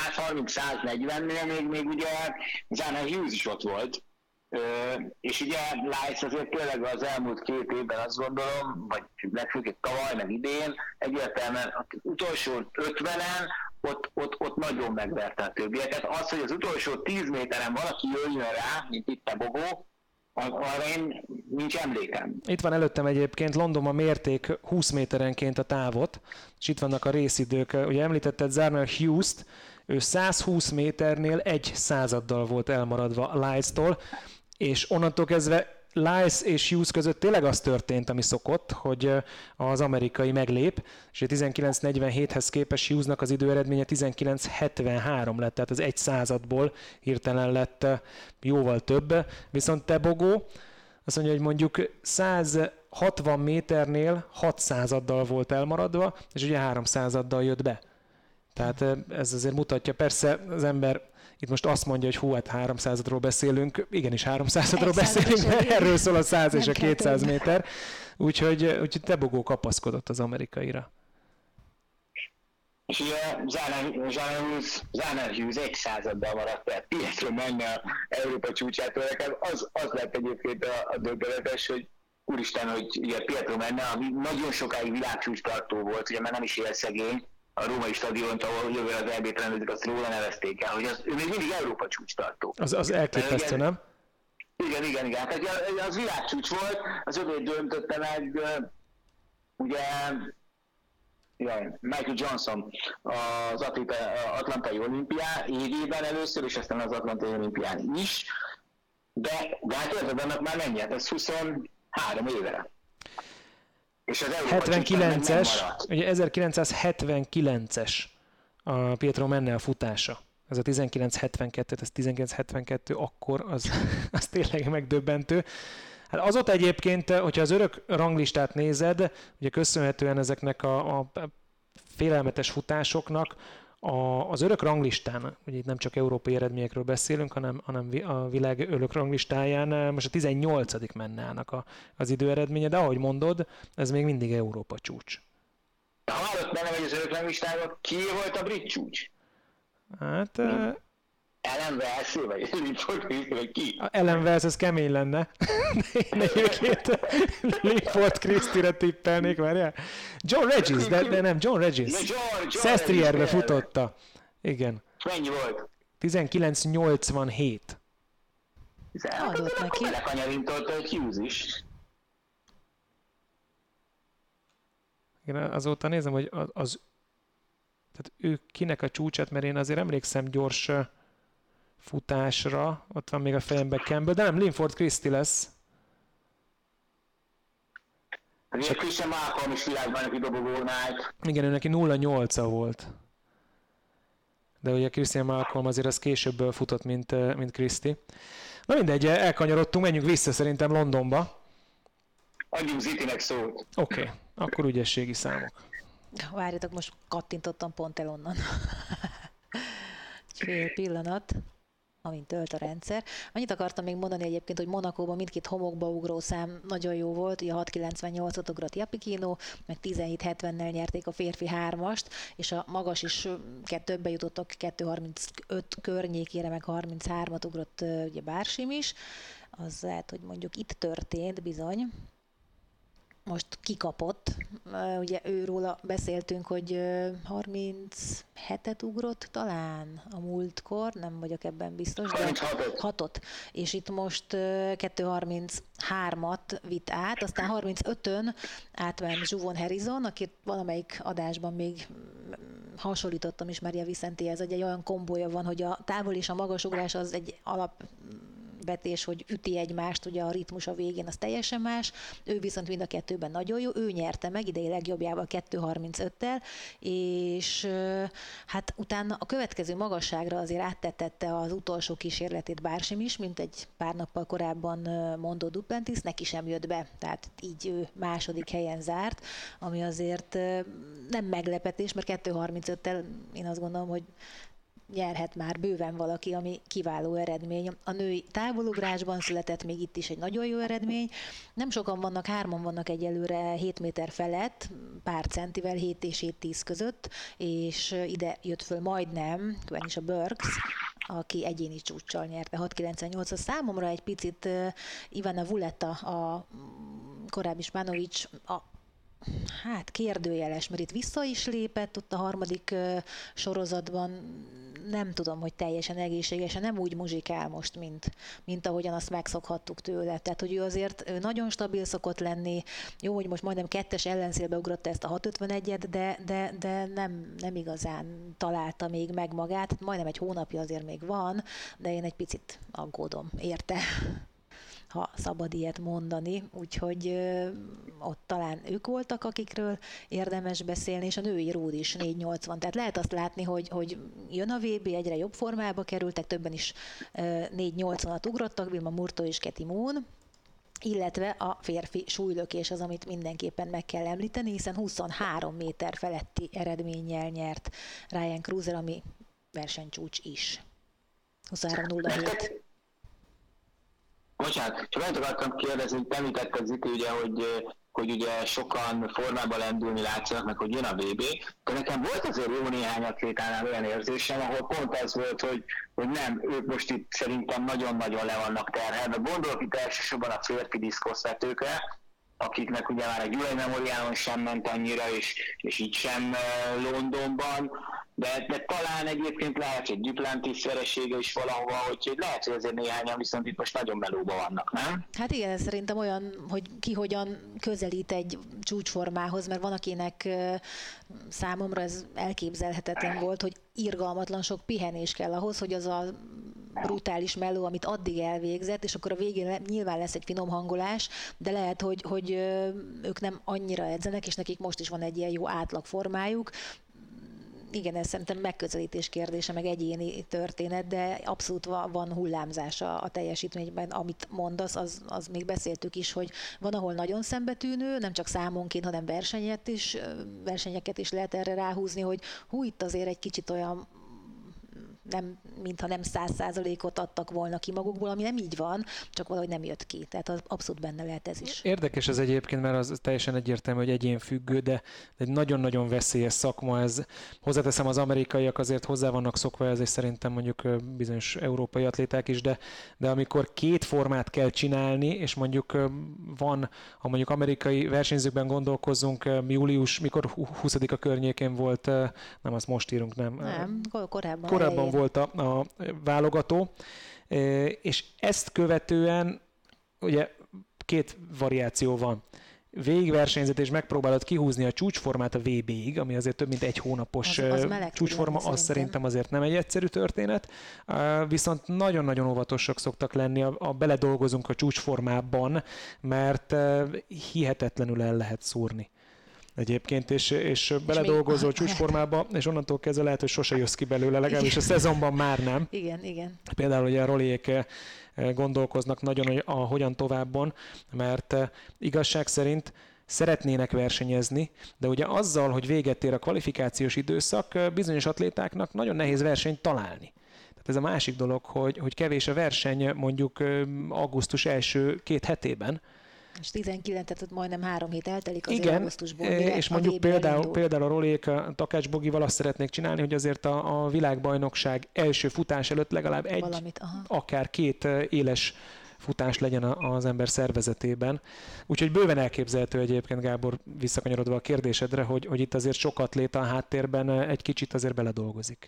130-140-nél még ugye Zana Hughes is ott volt, és ugye Lyles azért tényleg az elmúlt 2 évben azt gondolom, vagy legfőképp tavaly, meg idén, egyértelműen az utolsó 50-en ott nagyon megverte a többieket. Az, hogy az utolsó 10 méteren valaki jöjjön rá, mint itt Tebogo, arra én nincs emlékem. Itt van előttem egyébként, Londonban mérték 20 méterenként a távot, és itt vannak a részidők. Ugye említetted Zana Hughes-t, ő 120 méternél 1/100 volt elmaradva Lyles-tól, és onnantól kezdve Lyles és Hughes között tényleg az történt, ami szokott, hogy az amerikai meglép, és a 19.47-hez képest Hughesnak az időeredménye 19.73 lett, tehát az 1/100-ból hirtelen lett jóval több. Viszont Tebogo azt mondja, hogy mondjuk 160 méternél 6/100 volt elmaradva, és ugye 3/100 jött be. Tehát ez azért mutatja, persze az ember itt most azt mondja, hogy hát 300-ról beszélünk, igenis 300-ról beszélünk, mert erről szól a 100 és a 200 méter, úgyhogy Tebogo kapaszkodott az amerikaira. És ugye Zana Hughes 1/100 maradt el, Pietro menne Európa csúcsától, nekem az lett egyébként a döbbenetes, hogy úristen, hogy ugye Pietro menne, ami nagyon sokáig világcsúcstartó volt, ugye már nem is él szegény, a római stadiont, ahol jövő az EB-t rendezik, azt róla nevezték el, hogy ő még mindig Európa csúcstartó. Az elképesztő, nem? Igen. Tehát az világcsúcs volt, az övé döntötte meg, ugye, Michael Johnson az Atlantai olimpián évében először, és aztán az Atlantai olimpián is, de hát érted, annak már mennyi? Hát ez 23 éve. És az 79-es, ugye 1979-es a Pietro Mennel futása. Ez a 1972, ez 1972 akkor, az tényleg megdöbbentő. Hát azóta egyébként, hogyha az örök ranglistát nézed, ugye köszönhetően ezeknek a félelmetes futásoknak, Az örök ranglistán, ugye itt nem csak európai eredményekről beszélünk, hanem a világ örök ranglistáján most a 18. menne állnak az időeredménye, de ahogy mondod, ez még mindig Európa csúcs. Ha hallott benne vagy az örök ranglistában, ki volt a brit csúcs? Hát... Ellen Wells, vagy Linford Christie, vagy ki? Ellen Wells, ez kemény lenne. Én egyébként Linford Christie-re tippelnék, várjál. John Regis, de nem, John Regis. Sestrierbe futotta. Igen. Mennyi volt? 1987. Adott neki. Belekanyarintott egy Hughes is. Igen, azóta nézem, hogy tehát ő kinek a csúcsát, mert én azért emlékszem gyors futásra, ott van még a fejemben Campbell, de nem, Linford Christie lesz. Ugye Christian Malcolm is világbajnoki dobogónál. Igen, ő neki 0-8-a volt. De ugye Christian Malcolm azért az később futott, mint Christie. Na mindegy, elkanyarodtunk, menjünk vissza szerintem Londonba. Adjunk Zitinek szót. Oké, akkor ügyességi számok. Várjatok, most kattintottam pont el onnan. Fél pillanat, amint tölt a rendszer. Annyit akartam még mondani egyébként, hogy Monacóban mindkét homokba ugró szám nagyon jó volt, ugye 6.98-ot ugrott Japikino, meg 17.70-nel nyerték a férfi 3-ast, és a magas is többe jutottak, 2.35 környékére, meg 33-at ugrott ugye Bársim is. Az lehet, hogy mondjuk itt történt bizony. Most kikapott, ugye őróla beszéltünk, hogy 37-et ugrott talán a múltkor, nem vagyok ebben biztos, de 6-ot. És itt most 2.33-at vitt át, aztán 35-ön átment Juvon Harrison, akit valamelyik adásban még hasonlítottam is Maria Vicentihez, hogy egy olyan kombója van, hogy a távol és a magasugrás az egy alapvetés, hogy üti egymást, ugye a ritmus a végén az teljesen más, ő viszont mind a kettőben nagyon jó, ő nyerte meg idei legjobbjával 2.35-tel, és hát utána a következő magasságra azért áttetette az utolsó kísérletét Bársim is, mint egy pár nappal korábban mondott Duplantis, neki sem jött be, tehát így ő második helyen zárt, ami azért nem meglepetés, mert 2.35-tel én azt gondolom, hogy nyerhet már bőven valaki, ami kiváló eredmény. A női távolugrásban született még itt is egy nagyon jó eredmény. Nem sokan vannak, 3-an vannak egyelőre 7 méter felett, pár centivel, 7 és 7-10 között, és ide jött föl majdnem Quenisha Burks, aki egyéni csúccsal nyerte 6.98. A számomra egy picit Ivana Vuleta, a korábbi Spanovics, hát kérdőjeles, mert itt vissza is lépett, ott a harmadik sorozatban nem tudom, hogy teljesen egészségesen, nem úgy muzsikál most, mint ahogyan azt megszokhattuk tőle. Tehát, hogy ő nagyon stabil szokott lenni. Jó, hogy most majdnem 2-es ellenszélbe ugrotta ezt a 6.51-et, de nem igazán találta még meg magát. Majdnem egy hónapja azért még van, de én egy picit aggódom érte, ha szabad ilyet mondani, úgyhogy ott talán ők voltak, akikről érdemes beszélni, és a női ród is 4.80. Tehát lehet azt látni, hogy jön a VB, egyre jobb formába kerültek, többen is 4.80-at ugrottak, Vilma Murto és Keti Moon, illetve a férfi súlylökés az, amit mindenképpen meg kell említeni, hiszen 23 méter feletti eredménnyel nyert Ryan Cruiser, ami versenycsúcs is. 23.07. Bocsánat, csak annyit akartam kérdezni, hogy említetted Ziti, ugye, hogy ugye sokan formában lendülni látszanak, meg hogy jön a VB, de nekem volt azért jó néhány atlétánál olyan érzésem, ahol pont az volt, hogy nem, ők most itt szerintem nagyon-nagyon le vannak terhelve. Gondolok itt elsősorban a férfi diszkoszvetőkre, akiknek ugye már a Gyulai Memoriálon sem ment annyira, és így sem Londonban, de talán egyébként lehet, hogy Duplantis veresége is valahova, hogy lehet, hogy azért néhányan viszont itt most nagyon melóban vannak, nem? Hát igen, ez szerintem olyan, hogy ki hogyan közelít egy csúcsformához, mert van, akinek számomra ez elképzelhetetlen volt, hogy irgalmatlan sok pihenés kell ahhoz, hogy az a brutális meló, amit addig elvégzett, és akkor a végén nyilván lesz egy finom hangolás, de lehet, hogy ők nem annyira edzenek, és nekik most is van egy ilyen jó átlagformájuk. Igen, ez szerintem megközelítés kérdése, meg egyéni történet, de abszolút van hullámzás a teljesítményben, amit mondasz, az még beszéltük is, hogy van, ahol nagyon szembetűnő, nem csak számonként, hanem versenyeket is lehet erre ráhúzni, hogy itt azért egy kicsit olyan nem, mintha nem 100%-ot adtak volna ki magukból, ami nem így van, csak valahogy nem jött ki. Tehát az abszolút benne lehet ez is. Érdekes ez egyébként, mert az teljesen egyértelmű, hogy egyénfüggő, de egy nagyon-nagyon veszélyes szakma ez. Hozzáteszem, az amerikaiak azért hozzá vannak szokva, ez és szerintem mondjuk bizonyos európai atléták is, de amikor két formát kell csinálni, és mondjuk van, ha mondjuk amerikai versenyzőkben gondolkozzunk, július, mikor 20-a környékén volt, nem, azt most írunk, nem. Nem, korábban volt a válogató, és ezt követően ugye két variáció van. Végigversenyzet, és megpróbálod kihúzni a csúcsformát a VB-ig, ami azért több mint egy hónapos csúcsforma, az szerintem azért nem egy egyszerű történet, viszont nagyon-nagyon óvatosak szoktak lenni, beledolgozunk a csúcsformában, mert hihetetlenül el lehet szúrni egyébként, és beledolgozol csúcsformába, és onnantól kezdve lehet, hogy sose jössz ki belőle, legalábbis a szezonban már nem. Igen. Például ugye a Rolliék gondolkoznak nagyon, hogyan továbbon, mert igazság szerint szeretnének versenyezni, de ugye azzal, hogy véget ér a kvalifikációs időszak, bizonyos atlétáknak nagyon nehéz versenyt találni. Tehát ez a másik dolog, hogy kevés a verseny mondjuk augusztus első 2 hetében, és 19, tehát majdnem 3 hét eltelik azért igen, augusztusból. És mondjuk például a Rolliék a Takács Bogival azt szeretnék csinálni, hogy azért a világbajnokság első futás előtt legalább akár 2 éles futás legyen az ember szervezetében. Úgyhogy bőven elképzelhető egyébként, Gábor, visszakanyarodva a kérdésedre, hogy itt azért sok atléta a háttérben egy kicsit azért beledolgozik.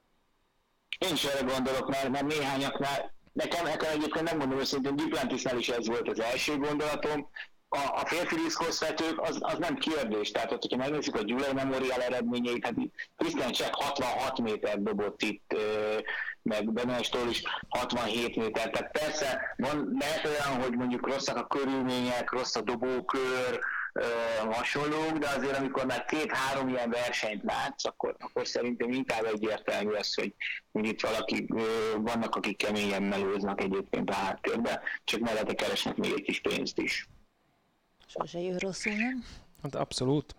Én is erre gondolok, mert néhányaknál Nekem egyébként megmondom őszintén, Duplantisnál is ez volt az első gondolatom. A férfi diszkoszvetők az nem kérdés. Tehát ott, hogyha megnézzük a Gyulai Memorial eredményeit, hát Krisztián Cseh 66 méter dobott itt, meg Benestól is 67 méter. Tehát persze lehet olyan, hogy mondjuk rosszak a körülmények, rossz a dobókör, hasonlók, de azért amikor már 2-3 ilyen versenyt látsz, akkor szerintem inkább egyértelmű az, hogy itt vannak, akik keményen melóznak egyébként a háttérbe, csak mellette keresnek még egy kis pénzt is. Sose jön rosszul, nem? Hát abszolút.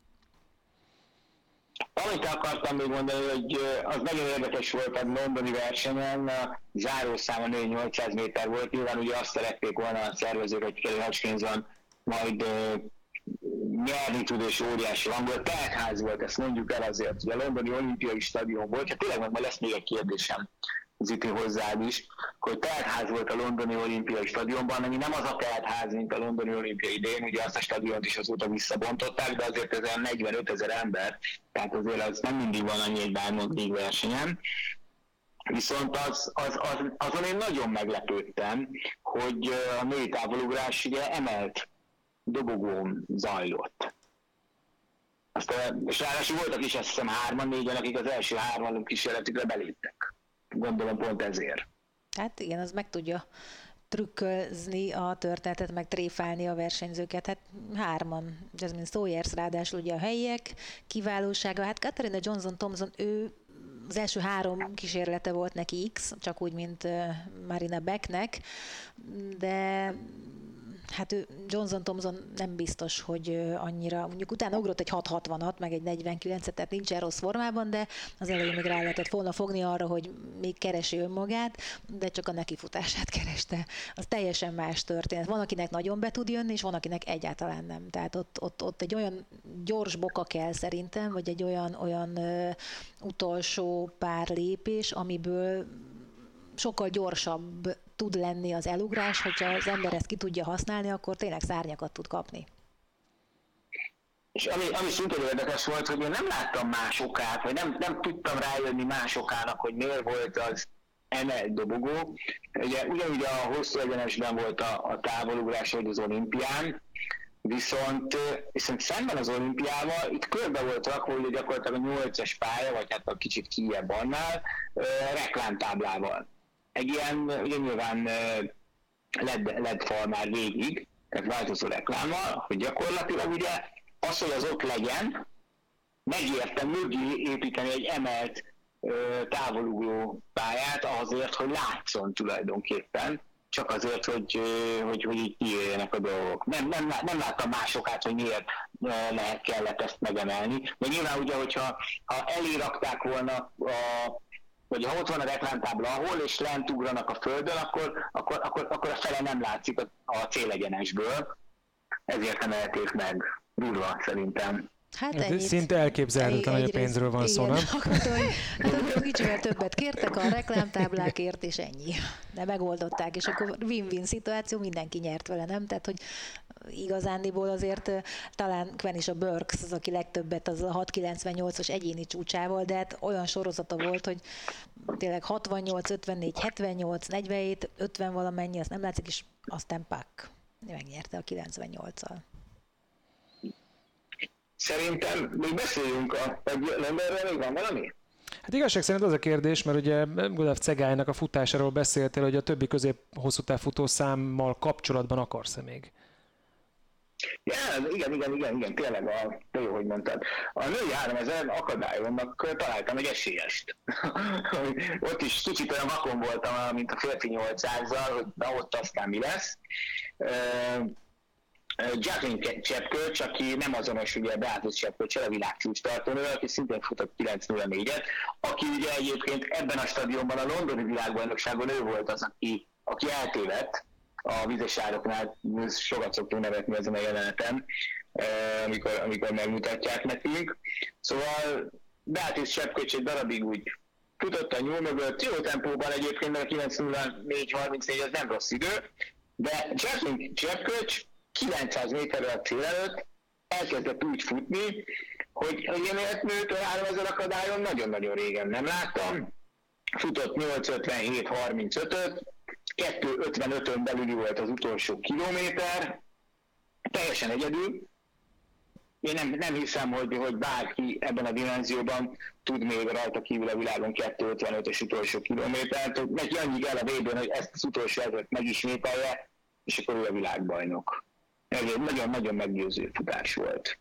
Amit akartam még mondani, hogy az nagyon érdekes volt a londoni versenyen, a zárószám a női 800 méter volt, nyilván ugye azt szerették volna a szervezők, hogy Kelly Hodgkinson majd nyerni tud, és óriási van volt. Teltház volt, ezt mondjuk el azért, hogy a londoni olimpiai stadion volt, hát tényleg meg lesz még egy kérdésem, Ziti, hozzád is, hogy teltház volt a londoni olimpiai stadionban, ami nem az a teltház, mint a londoni olimpiai idén, ugye azt a stadiont is azóta visszabontották, de azért ez olyan 45 000 ember, tehát azért az nem mindig van annyi egy Diamond League versenyen. Viszont azon én nagyon meglepődtem, hogy a női távolugrás ugye emelt dobogón zajlott. És ráadásul voltak is azt hiszem 3-4-en, akik az első 3 kísérletükre beléptek. Gondolom pont ezért. Hát igen, az meg tudja trükközni a történetet, meg tréfálni a versenyzőket. Hát 3, Jasmine Sawyers ráadásul ugye a helyiek kiválósága. Hát Katarina Johnson-Thompson, ő az első 3 kísérlete volt neki X, csak úgy, mint Marina Becknek, de hát ő Johnson-Thompson nem biztos, hogy annyira, mondjuk utána ugrott egy 6.60-at, meg egy 49-et, tehát nincsen rossz formában, de az elején még rá lehetett volna fogni arra, hogy még keresi önmagát, de csak a nekifutását kereste. Az teljesen más történet. Van, akinek nagyon be tud jönni, és van, akinek egyáltalán nem. Tehát ott egy olyan gyors boka kell szerintem, vagy egy olyan utolsó pár lépés, amiből sokkal gyorsabb tud lenni az elugrás, hogyha az ember ezt ki tudja használni, akkor tényleg szárnyakat tud kapni. És ami szintén érdekes volt, hogy én nem láttam más okát, vagy nem tudtam rájönni más okának, hogy miért volt az emelt dobogó. Ugye ugyanúgy a hosszú egyenesben volt a távolugrás, vagy az olimpián, viszont szemben az olimpiával itt körbe volt rakva, hogy gyakorlatilag a 8-as pálya, vagy hát a kicsit kijebb annál, reklámtáblával. Egy ilyen, ugye nyilván LED fal már végig, tehát változó reklámmal, hogy gyakorlatilag ugye az, hogy az ott legyen, megérte mögé építeni egy emelt távolugró pályát azért, hogy látszon tulajdonképpen, csak azért, hogy így kijöjjenek a dolgok. Nem láttam másokát, hogy miért kellett ezt megemelni, de nyilván ugye, hogyha elé rakták volna vagy ha ott van a reklámtábla ahol, és lent ugranak a földön, akkor a fele nem látszik a célegyenesből. Ezért emelték meg. Durva szerintem. Hát szinte elképzelhetetlen, hogy a pénzről van szó, nem? Hát kicsivel többet kértek a reklámtáblákért, és ennyi. De megoldották, és akkor win-win szituáció, mindenki nyert vele, nem? Tehát, hogy igazándiból azért talán Quenisha Burks az, aki legtöbbet az a 6,98-as egyéni csúcsával, de hát olyan sorozata volt, hogy tényleg 68, 54, 78, 47, 50 valamennyi, azt nem látszik, és aztán Pak megnyerte a 98-al. Szerintem még beszéljünk Londonról, még van valami? Hát igazság szerint az a kérdés, mert ugye Gustav Cegálynak a futásáról beszéltél, hogy a többi közép-hosszú távfutó számmal kapcsolatban akarsz-e még? Ja, igen, tényleg, jó, hogy mondtad. A női 3000 akadályomnak találtam egy esélyest. Ott is kicsit olyan vakon voltam, mint a férfi 800-zal, hogy na ott aztán mi lesz. Jacqueline Chepköcs, aki nem azonos ugye Beatrice Chepköcs, a világcsúcs tartónővel, aki szintén futott 9.04-et, aki ugye egyébként ebben a stadionban a londoni világbajnokságon ő volt az, aki eltévedt a vizesároknál, sokat szoktunk nevetni ezen a jeleneten, amikor megmutatják nekünk. Szóval Beatrice Chepköcs egy darabig úgy futott a nyúl mögött, jó tempóban egyébként, mert a 9.04.34 az nem rossz idő, de Jacqueline Chepköcs 900 méterrel a cél előtt elkezdett úgy futni, hogy ilyen életnőt a 3000 akadályon nagyon-nagyon régen nem láttam. Futott 8.57.35-öt, 2.55-ön belüli volt az utolsó kilométer, teljesen egyedül. Én nem hiszem, hogy bárki ebben a dimenzióban tud még rajta kívül a világon 2.55-ös utolsó kilométert. Neki annyi kell a VB-n, hogy ezt az utolsó ezért megismételje, és akkor ő a világbajnok. Ez egy nagyon-nagyon meggyőző futás volt.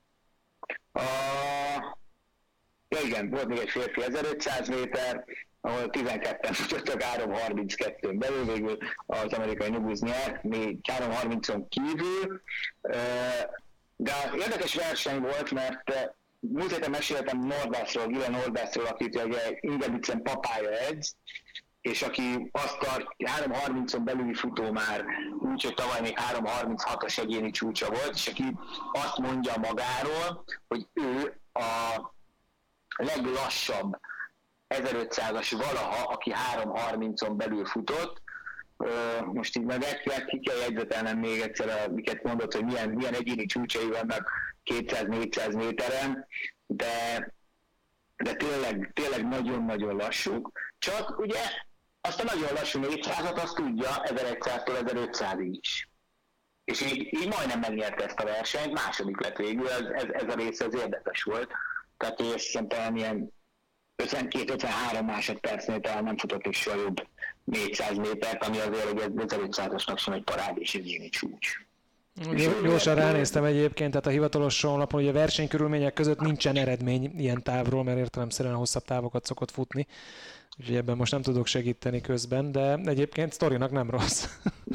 Ja igen, volt még egy férfi 1500 méter, ahol 12-en futottak 3.32-n belül, végül az amerikai Nuguz nyert, még 3.30-on kívül. De érdekes verseny volt, mert múlt héten meséltem Nordásról, akit ugye Ingebrigtsen papája edz, és aki azt tart, 3.30-on belüli futó már, úgyhogy tavaly még 3.36-as egyéni csúcsa volt, és aki azt mondja magáról, hogy ő a leglassabb 1500-as valaha, aki 3.30-on belül futott. Most így meg ki kell jegyzetelnem még egyszer, amiket mondott, hogy milyen egyéni csúcsai vannak 200-400 méteren, de tényleg nagyon-nagyon lassúk. Csak ugye azt a nagyon lassú 400-at azt tudja 1100-tól 1500-ig is. És így majdnem megnyerte ezt a versenyt, második lett végül, ez a része az érdekes volt. Tehát ő szerintem ilyen 52-53 másodpercnél talán nem futott is soha jobb 400 métert, ami azért egy 1500-asnak sem egy parád és egy ilyen csúcs. Gyorsan ránéztem egyébként, tehát a hivatalos honlapon, hogy a versenykörülmények között nincsen eredmény ilyen távról, mert értelemszerűen hosszabb távokat szokott futni. Úgyhogy ebben most nem tudok segíteni közben, de egyébként sztorinak nem rossz.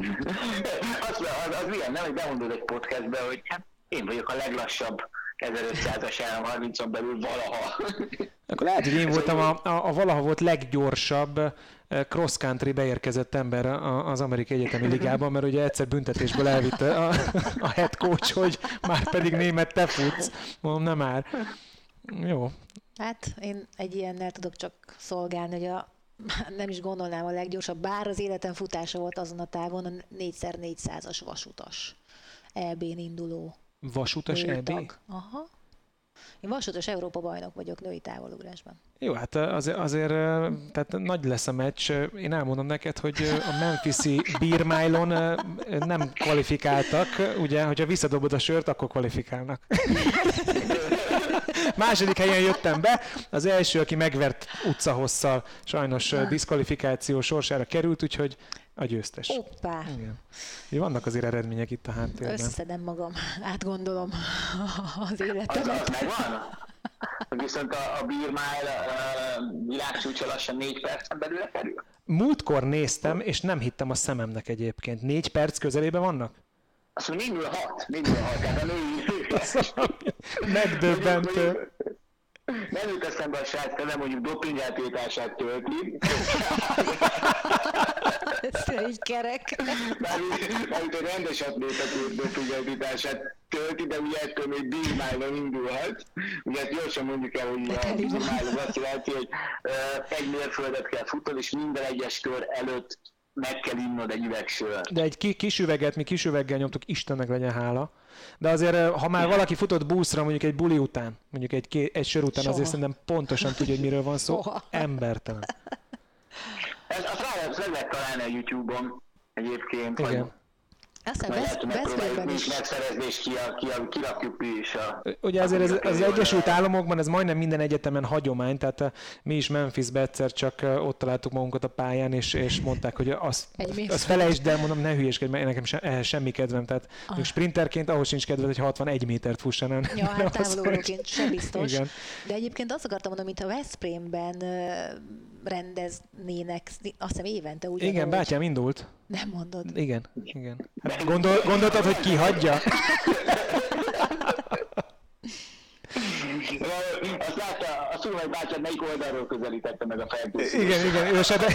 az milyen, nem, hogy bemondod egy podcastbe, hogy hát én vagyok a leglassabb 1500-as 3.30-on belül valaha. Akkor lehet, hogy én voltam a valaha volt leggyorsabb cross-country beérkezett ember az Amerikai Egyetemi Ligában, mert ugye egyszer büntetésből elvitte a head coach, hogy már pedig német te futsz. Mondom, nem már. Jó. Hát én egy ilyennel tudok csak szolgálni, hogy nem is gondolnám a leggyorsabb, bár az életem futása volt azon a távon a 4x400-as vasutas EB-n induló. Vasutas EB? Aha. Én vasutas Európa bajnok vagyok női távolugrásban. Jó, hát azért tehát nagy lesz a meccs. Én elmondom neked, hogy a Memphis-i Beer Mile-on nem kvalifikáltak, ugye, hogyha visszadobod a sört, akkor kvalifikálnak. Második helyen jöttem be, az első, aki megvert utcahosszal, sajnos diszkvalifikáció sorsára került, úgyhogy a győztes. Hoppá! Igen. Vannak azért eredmények itt a háttérben. Összedem magam, átgondolom az életemet. Az megvan? Viszont a Beer Mile világcsúcsa lassan 4 percen belül kerül. Múltkor néztem, és nem hittem a szememnek egyébként. 4 perc közelében vannak? Azt mondja, 4-6, tehát a női... Megdöbbentő. Nem jut eszembe a srác, nem mondjuk dopingeltiltását tölti. Ez így kerek. Mármint a rendes atléta dopingeltiltását tölti, de ugye ettől még Beer Mile-on indulhat. Ugye ezt gyorsan mondjuk el, hogy a Beer Mile azt jelenti, hogy egy mérföldet kell futni, és minden egyes kör előtt meg kell innod egy üvegsört. De egy kis üveget, mi kis üveggel nyomtuk, Istennek legyen hála. De azért, ha már valaki futott buszra, mondjuk egy buli után, mondjuk egy sör után, Soha. azért szerintem pontosan tudja, hogy miről van szó. Soha. Embertelen. Azt meg lehet találni a YouTube-on egyébként. Igen. Aztán megpróbáljuk mi is megszerezni, és kirakjuk mi is a... Ugye azért az Egyesült Államokban ez majdnem minden egyetemen hagyomány, tehát mi is Memphisbe egyszer csak ott találtuk magunkat a pályán, és mondták, hogy azt felejtsd el, mondom, ne hülyéskedj, mert nekem semmi kedvem, tehát még sprinterként ahhoz sincs kedved, hogy 61 métert fussan. Ja, hát távolugróként sem biztos. Igen. De egyébként azt akartam mondani, mintha Veszprémben rendeznének, azt hiszem évente ugyanúgy. Igen, bátyám indult. Nem mondod. Igen. Gondoltad, hogy ki hagyja? Azt látta, a szülői bátyád melyik oldalról közelítette meg a felkészülést. Igen, ősebe.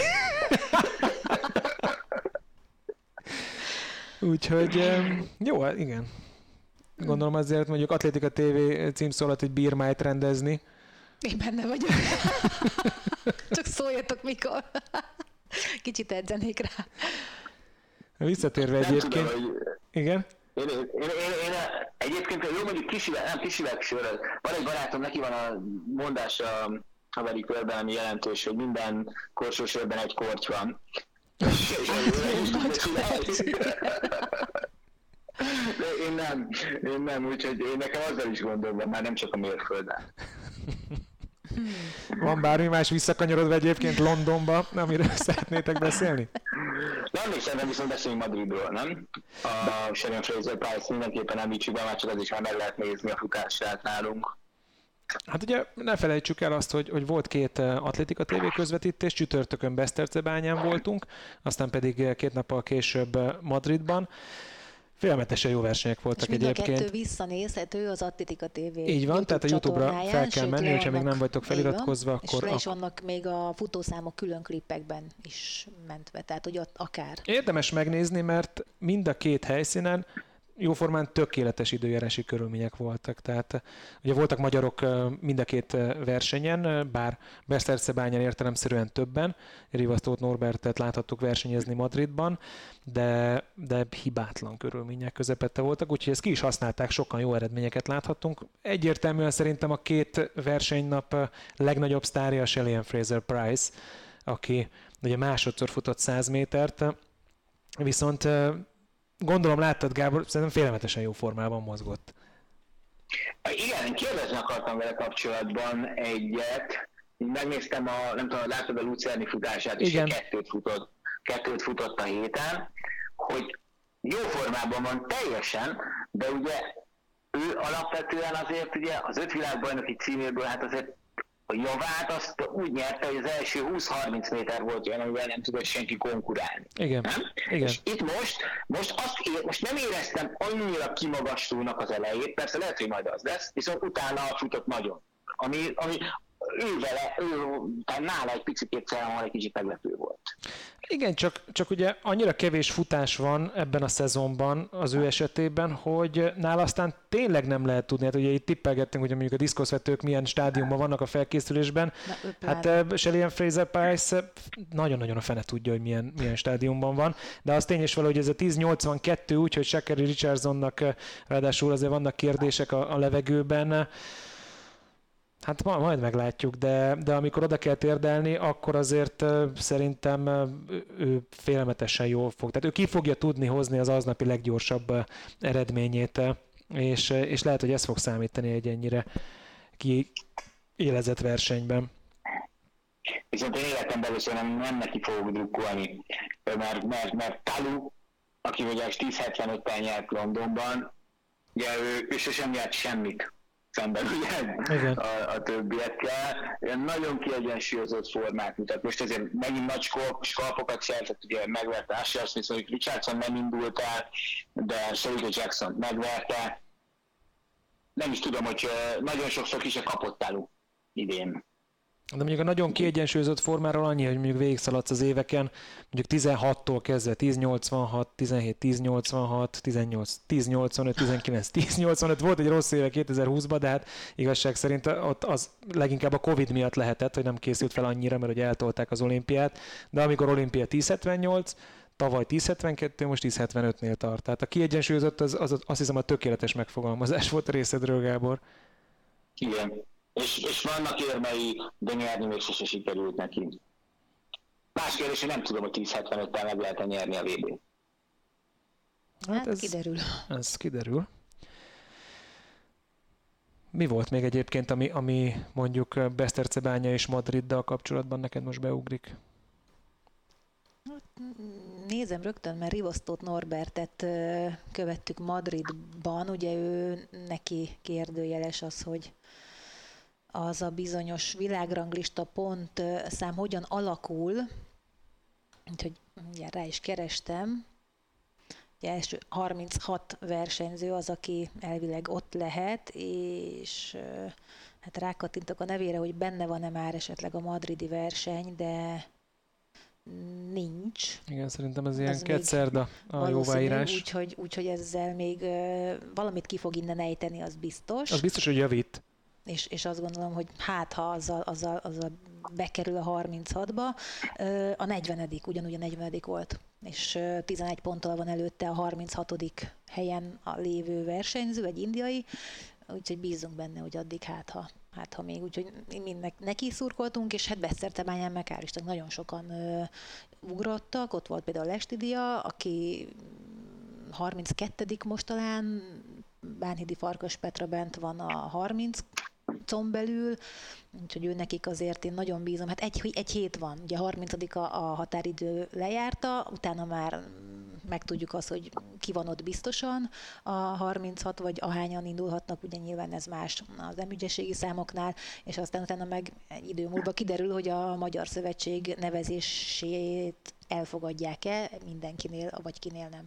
Úgyhogy jó, igen. Gondolom azért mondjuk Atlétika TV címszólat, hogy Beer Mile-t rendezni. Én benne vagyok. Csak szóljatok mikor. Kicsit edzenék rá. Visszatérve egyébként. Tudom, hogy... Igen? Én egyébként jó mondjuk kisileg söröd. Van egy barátom, neki van a mondás a haveri körben, ami jelentős, hogy minden korsósörben egy korty van. De én nem, úgyhogy én nekem azzal is gondom van, már nem csak a mérfölden. Van bármi más visszakanyarodva egyébként Londonba, amiről szeretnétek beszélni? Nem emlékszem, viszont beszélünk Madridról, nem? A Shannon Fraser Price mindenképpen említsük be, már csak az is már meg lehet nézni a futását nálunk. Hát ugye ne felejtsük el azt, hogy volt 2 Atlétika TV közvetítés, csütörtökön Besztercebányán voltunk, aztán pedig 2 nappal később Madridban. Félelmetesen jó versenyek voltak egyébként. És mind a 2 visszanézhető az Atlétika TV így van, tehát a YouTube-ra fel kell menni, hogyha még nem vagytok feliratkozva, akkor... És le is vannak még a futószámok külön klippekben is mentve, tehát hogy ott akár. Érdemes megnézni, mert mind a 2 helyszínen jóformán tökéletes időjárási körülmények voltak. Tehát ugye voltak magyarok mind a 2 versenyen, bár Besztercebányán értelemszerűen többen, Rivasztót Norbertet láthattuk versenyezni Madridban, de hibátlan körülmények közepette voltak, úgyhogy ezt ki is használták, sokan jó eredményeket láthattunk. Egyértelműen szerintem a 2 versenynap legnagyobb sztárja a Shelly Fraser Price, aki ugye másodszor futott 100 métert, viszont gondolom láttad, Gábor, szerintem félelmetesen jó formában mozgott. Igen, kérdezni akartam vele kapcsolatban egyet. Megnéztem, nem tudom, láttad a Lucerni futását, és igen. kettőt futott a héten, hogy jó formában van teljesen, de ugye ő alapvetően azért ugye az 5 világbajnoki címéből hát azért a javát azt úgy nyerte, hogy az első 20-30 méter volt olyan, amivel nem tudott senki konkurálni. Igen. Nem? Igen. És itt most nem éreztem annyira kimagaslónak az elejét, persze lehet, hogy majd az lesz, viszont utána futott nagyon. Ami nála egy picit egy kicsit meglepő volt. Igen, csak ugye annyira kevés futás van ebben a szezonban az ő esetében, hogy nála aztán tényleg nem lehet tudni. Hát ugye itt tippelgettünk, hogy mondjuk a diszkoszvetők milyen stádiumban vannak a felkészülésben. Hát Shelly Fraser Price nagyon-nagyon a fene tudja, hogy milyen stádiumban van. De az tény is valahogy ez a 10.82, úgyhogy Sha'Carri Richardsonnak ráadásul azért vannak kérdések a levegőben. Hát majd meglátjuk, de amikor oda kell térdelni, akkor azért szerintem ő félelmetesen jól fog. Tehát ő ki fogja tudni hozni az aznapi leggyorsabb eredményét, és lehet, hogy ez fog számítani egy ennyire kiélezett versenyben. Viszont én életem belül nem neki fogok drukkolni, mert Talu, aki ugye 10.75-tel nyert Londonban, ugye ő sosem nyert semmit szemben ugye a többiekkel. Nagyon kiegyensúlyozott formát mutat. Most azért megint nagy skalpokat szerzett, ugye megverte Asher Smith, hogy Richardson nem indult el, de Sheridan Jackson megverte. Nem is tudom, hogy nagyon sokszor ki se kapott álló idén. De mondjuk a nagyon kiegyensúlyozott formáról annyi, hogy mondjuk végigszaladsz az éveken, mondjuk 16-tól kezdve 10-86, 17-10-86, 18-10-85, 19-10-85, volt egy rossz éve 2020-ban, de hát igazság szerint ott az leginkább a Covid miatt lehetett, hogy nem készült fel annyira, mert ugye eltolták az olimpiát, de amikor olimpia 10-78, tavaly 10-72, most 10-75-nél tart. Tehát a kiegyensúlyozott az azt hiszem a tökéletes megfogalmazás volt a részedről, Gábor. Igen. És vannak érmei, de nyerni még sose sikerült neki. Más kérdés, hogy nem tudom, hogy 10-75-tel meg lehet nyerni a VB-t. Hát ez kiderül. Ez kiderül. Mi volt még egyébként, ami mondjuk Besztercebánya és Madriddal kapcsolatban neked most beugrik? Nézem rögtön, mert Rivasztót Norbertet követtük Madridban. Ugye ő neki kérdőjeles az, hogy az a bizonyos világranglista pontszám hogyan alakul, úgyhogy ugye rá is kerestem. Ugye első 36 versenyző az, aki elvileg ott lehet, és hát rákattintok a nevére, hogy benne van-e már esetleg a madridi verseny, de nincs. Igen, szerintem ez ilyen kettszerda a jóváírás. Úgyhogy ezzel még valamit ki fog innen ejteni, az biztos. Az biztos, hogy javít. És azt gondolom, hogy hát ha azzal bekerül a 36-ba, a 40. ugyanúgy a 40. volt, és 11 ponttal van előtte a 36. helyen a lévő versenyző, egy indiai, úgyhogy bízunk benne, hogy addig hát ha még, úgyhogy mindnek neki szurkoltunk, és hát Besztercebányán meg hál' Isten nagyon sokan ugrottak, ott volt például Lestidia, aki 32. most talán, Bánhidi Farkas Petra bent van a 30-on belül, úgyhogy ő nekik azért én nagyon bízom. Hát egy hét van, ugye 30. a határidő lejárta, utána már megtudjuk azt, hogy ki van ott biztosan, a 36 vagy ahányan indulhatnak, ugye nyilván ez más az emügyességi számoknál, és aztán utána meg egy idő múlva kiderül, hogy a Magyar Szövetség nevezését elfogadják-e mindenkinél, vagy kinél nem.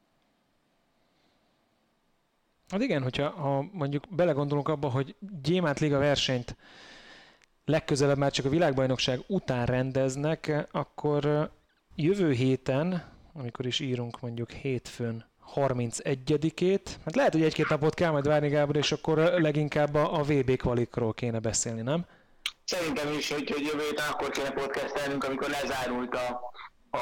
Hát igen, hogyha mondjuk belegondolunk abba, hogy Gyémánt Liga versenyt legközelebb már csak a világbajnokság után rendeznek, akkor jövő héten, amikor is írunk mondjuk hétfőn 31-ét, hát lehet, hogy egy-két napot kell majd várni, Gábor, és akkor leginkább a VB kvalikról kéne beszélni, nem? Szerintem is, hogy jövő héten akkor kéne podcastelnünk, amikor lezárult a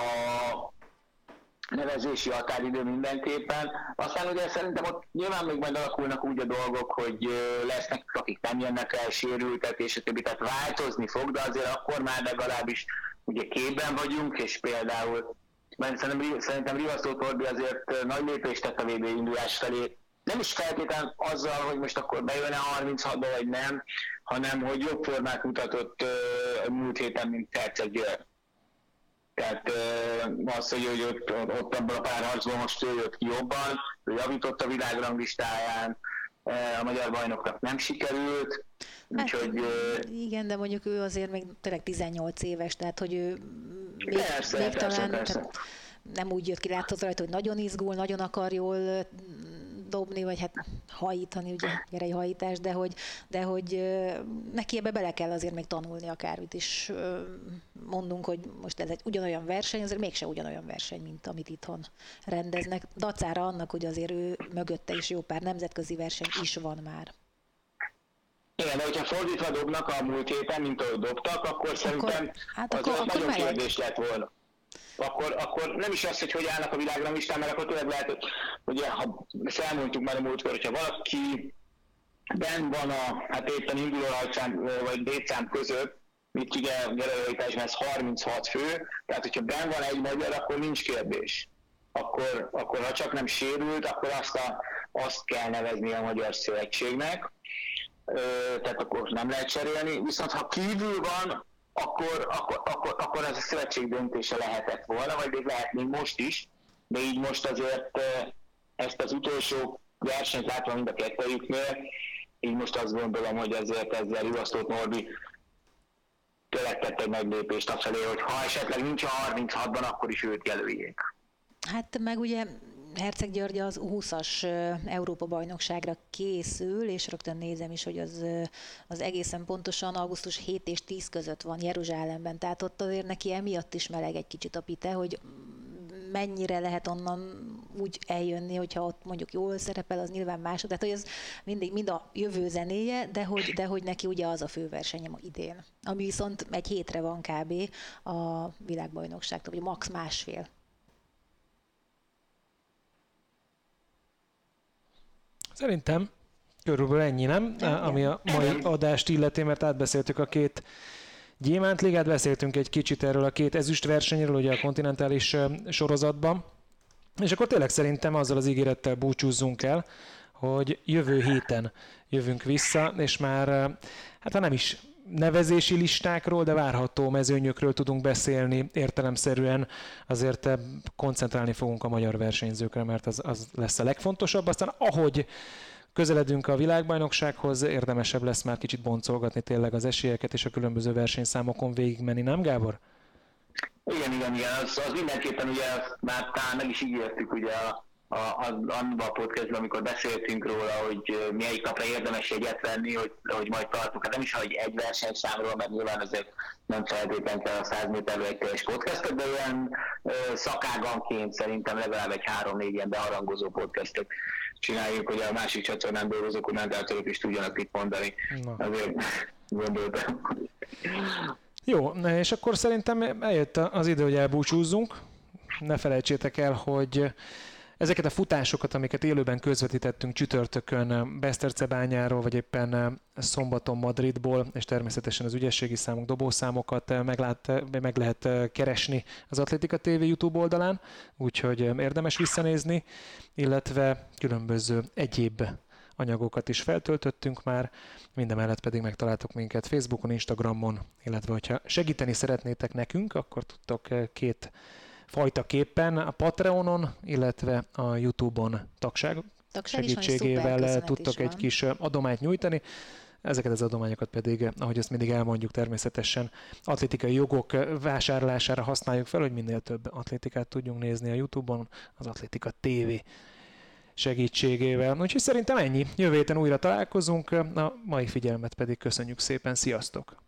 nevezési határidő mindenképpen. Aztán ugye szerintem ott nyilván még majd alakulnak úgy a dolgok, hogy lesznek, akik nem jönnek el, sérültek, és a többi, tehát változni fog, de azért akkor már legalábbis ugye képben vagyunk, és például szerintem Rivasztó Torbi azért nagy lépést tett a VB indulás felé. Nem is feltétlenül azzal, hogy most akkor bejön-e 36-ba vagy nem, hanem hogy jobb formát mutatott múlt héten, mint Terceg György. Tehát az, hogy ott abban a párharcban most ő jött ki jobban, ő javított a világranglistáján, a magyar bajnoknak nem sikerült, úgyhogy... Hát, igen, de mondjuk ő azért még tényleg 18 éves, tehát hogy ő még talán tehát nem úgy jött ki, látszott rajta, hogy nagyon izgul, nagyon akar jól dobni, vagy hát hajítani, ugye gerelyhajítás, de hogy neki ebbe bele kell azért még tanulni akármit is. Mondunk, hogy most ez egy ugyanolyan verseny, azért mégse ugyanolyan verseny, mint amit itthon rendeznek. Dacára annak, hogy azért ő mögötte is jó pár nemzetközi verseny is van már. Igen, de hogyha fordítva dobnak a múlt héten, mint ahogy dobtak, akkor szerintem az nagyon kérdés lett volna. Akkor nem is az, hogy állnak a világranglistán, mert akkor tényleg lehet, hogy ugye, ha elmondtuk már a múltkor, hogyha valaki benn van hát éppen induló rajtszám vagy létszám között, mint ugye gerelyhajtásban ez 36 fő, tehát hogyha benn van egy magyar, akkor nincs kérdés. Akkor ha csak nem sérült, akkor azt kell nevezni a Magyar Szövetségnek, tehát akkor nem lehet cserélni, viszont ha kívül van, akkor ez a szövetség döntése lehetett volna, vagy még lehet még most is, de így most azért ezt az utolsó versenyt látva mind a kettőjüknél, így most azt gondolom, hogy ezért ezzel Ivasztót Norbi tényleg tett egy nagy lépést afelé, hogy ha esetleg nincs a 36-ban, akkor is őt jelöljék. Hát meg ugye Herceg György az U20-as Európa-bajnokságra készül, és rögtön nézem is, hogy az egészen pontosan augusztus 7 és 10 között van Jeruzsálemben. Tehát ott azért neki emiatt is meleg egy kicsit a pite, hogy mennyire lehet onnan úgy eljönni, hogyha ott mondjuk jól szerepel, az nyilván másod. Tehát, hogy ez mind a jövő zenéje, de hogy neki ugye az a főversenye idén. Ami viszont egy hétre van kb. A világbajnokságtól, vagy max. Másfél. Szerintem körülbelül ennyi, nem? Ami a mai adást illeti, mert átbeszéltük a két gyémántligát, beszéltünk egy kicsit erről a két ezüstversenyről, ugye a kontinentális sorozatban, és akkor tényleg szerintem azzal az ígérettel búcsúzzunk el, hogy jövő héten jövünk vissza, és már, hát ha nem is nevezési listákról, de várható mezőnyökről tudunk beszélni értelemszerűen, azért koncentrálni fogunk a magyar versenyzőkre, mert az lesz a legfontosabb. Aztán ahogy közeledünk a világbajnoksághoz, érdemesebb lesz már kicsit boncolgatni tényleg az esélyeket és a különböző versenyszámokon végigmenni, nem Gábor? Igen, az mindenképpen ugye már talán meg is ígértük ugye abban a podcastban, amikor beszéltünk róla, hogy melyik napra érdemes jegyet venni, hogy majd tartunk. Hát nem is, hogy egy versenyszámról, mert nyilván azért nem feltétlenül kell a 100 méterről egy teljes podcastot, de ilyen szakáganként szerintem legalább egy 3-4 ilyen beharangozó podcastot csináljuk, hogy a másik csatornán dolgozó kommentátorok is tudjanak itt mondani. Na. Azért gondoltam. Jó, és akkor szerintem eljött az idő, hogy elbúcsúzzunk. Ne felejtsétek el, hogy ezeket a futásokat, amiket élőben közvetítettünk csütörtökön Besztercebányáról, vagy éppen szombaton Madridból, és természetesen az ügyességi számok, dobószámokat meg lehet keresni az Atlétika TV YouTube oldalán, úgyhogy érdemes visszanézni, illetve különböző egyéb anyagokat is feltöltöttünk már, mindemellett pedig megtaláltok minket Facebookon, Instagramon, illetve hogyha segíteni szeretnétek nekünk, akkor tudtok két fajtaképpen a Patreonon, illetve a YouTube-on tagság segítségével tudtok egy kis adományt nyújtani. Ezeket az adományokat pedig, ahogy ezt mindig elmondjuk, természetesen atlétikai jogok vásárlására használjuk fel, hogy minél több atlétikát tudjunk nézni a YouTube-on, az Atlétika TV segítségével. Úgyhogy szerintem ennyi. Jövő héten újra találkozunk, a mai figyelmet pedig köszönjük szépen. Sziasztok!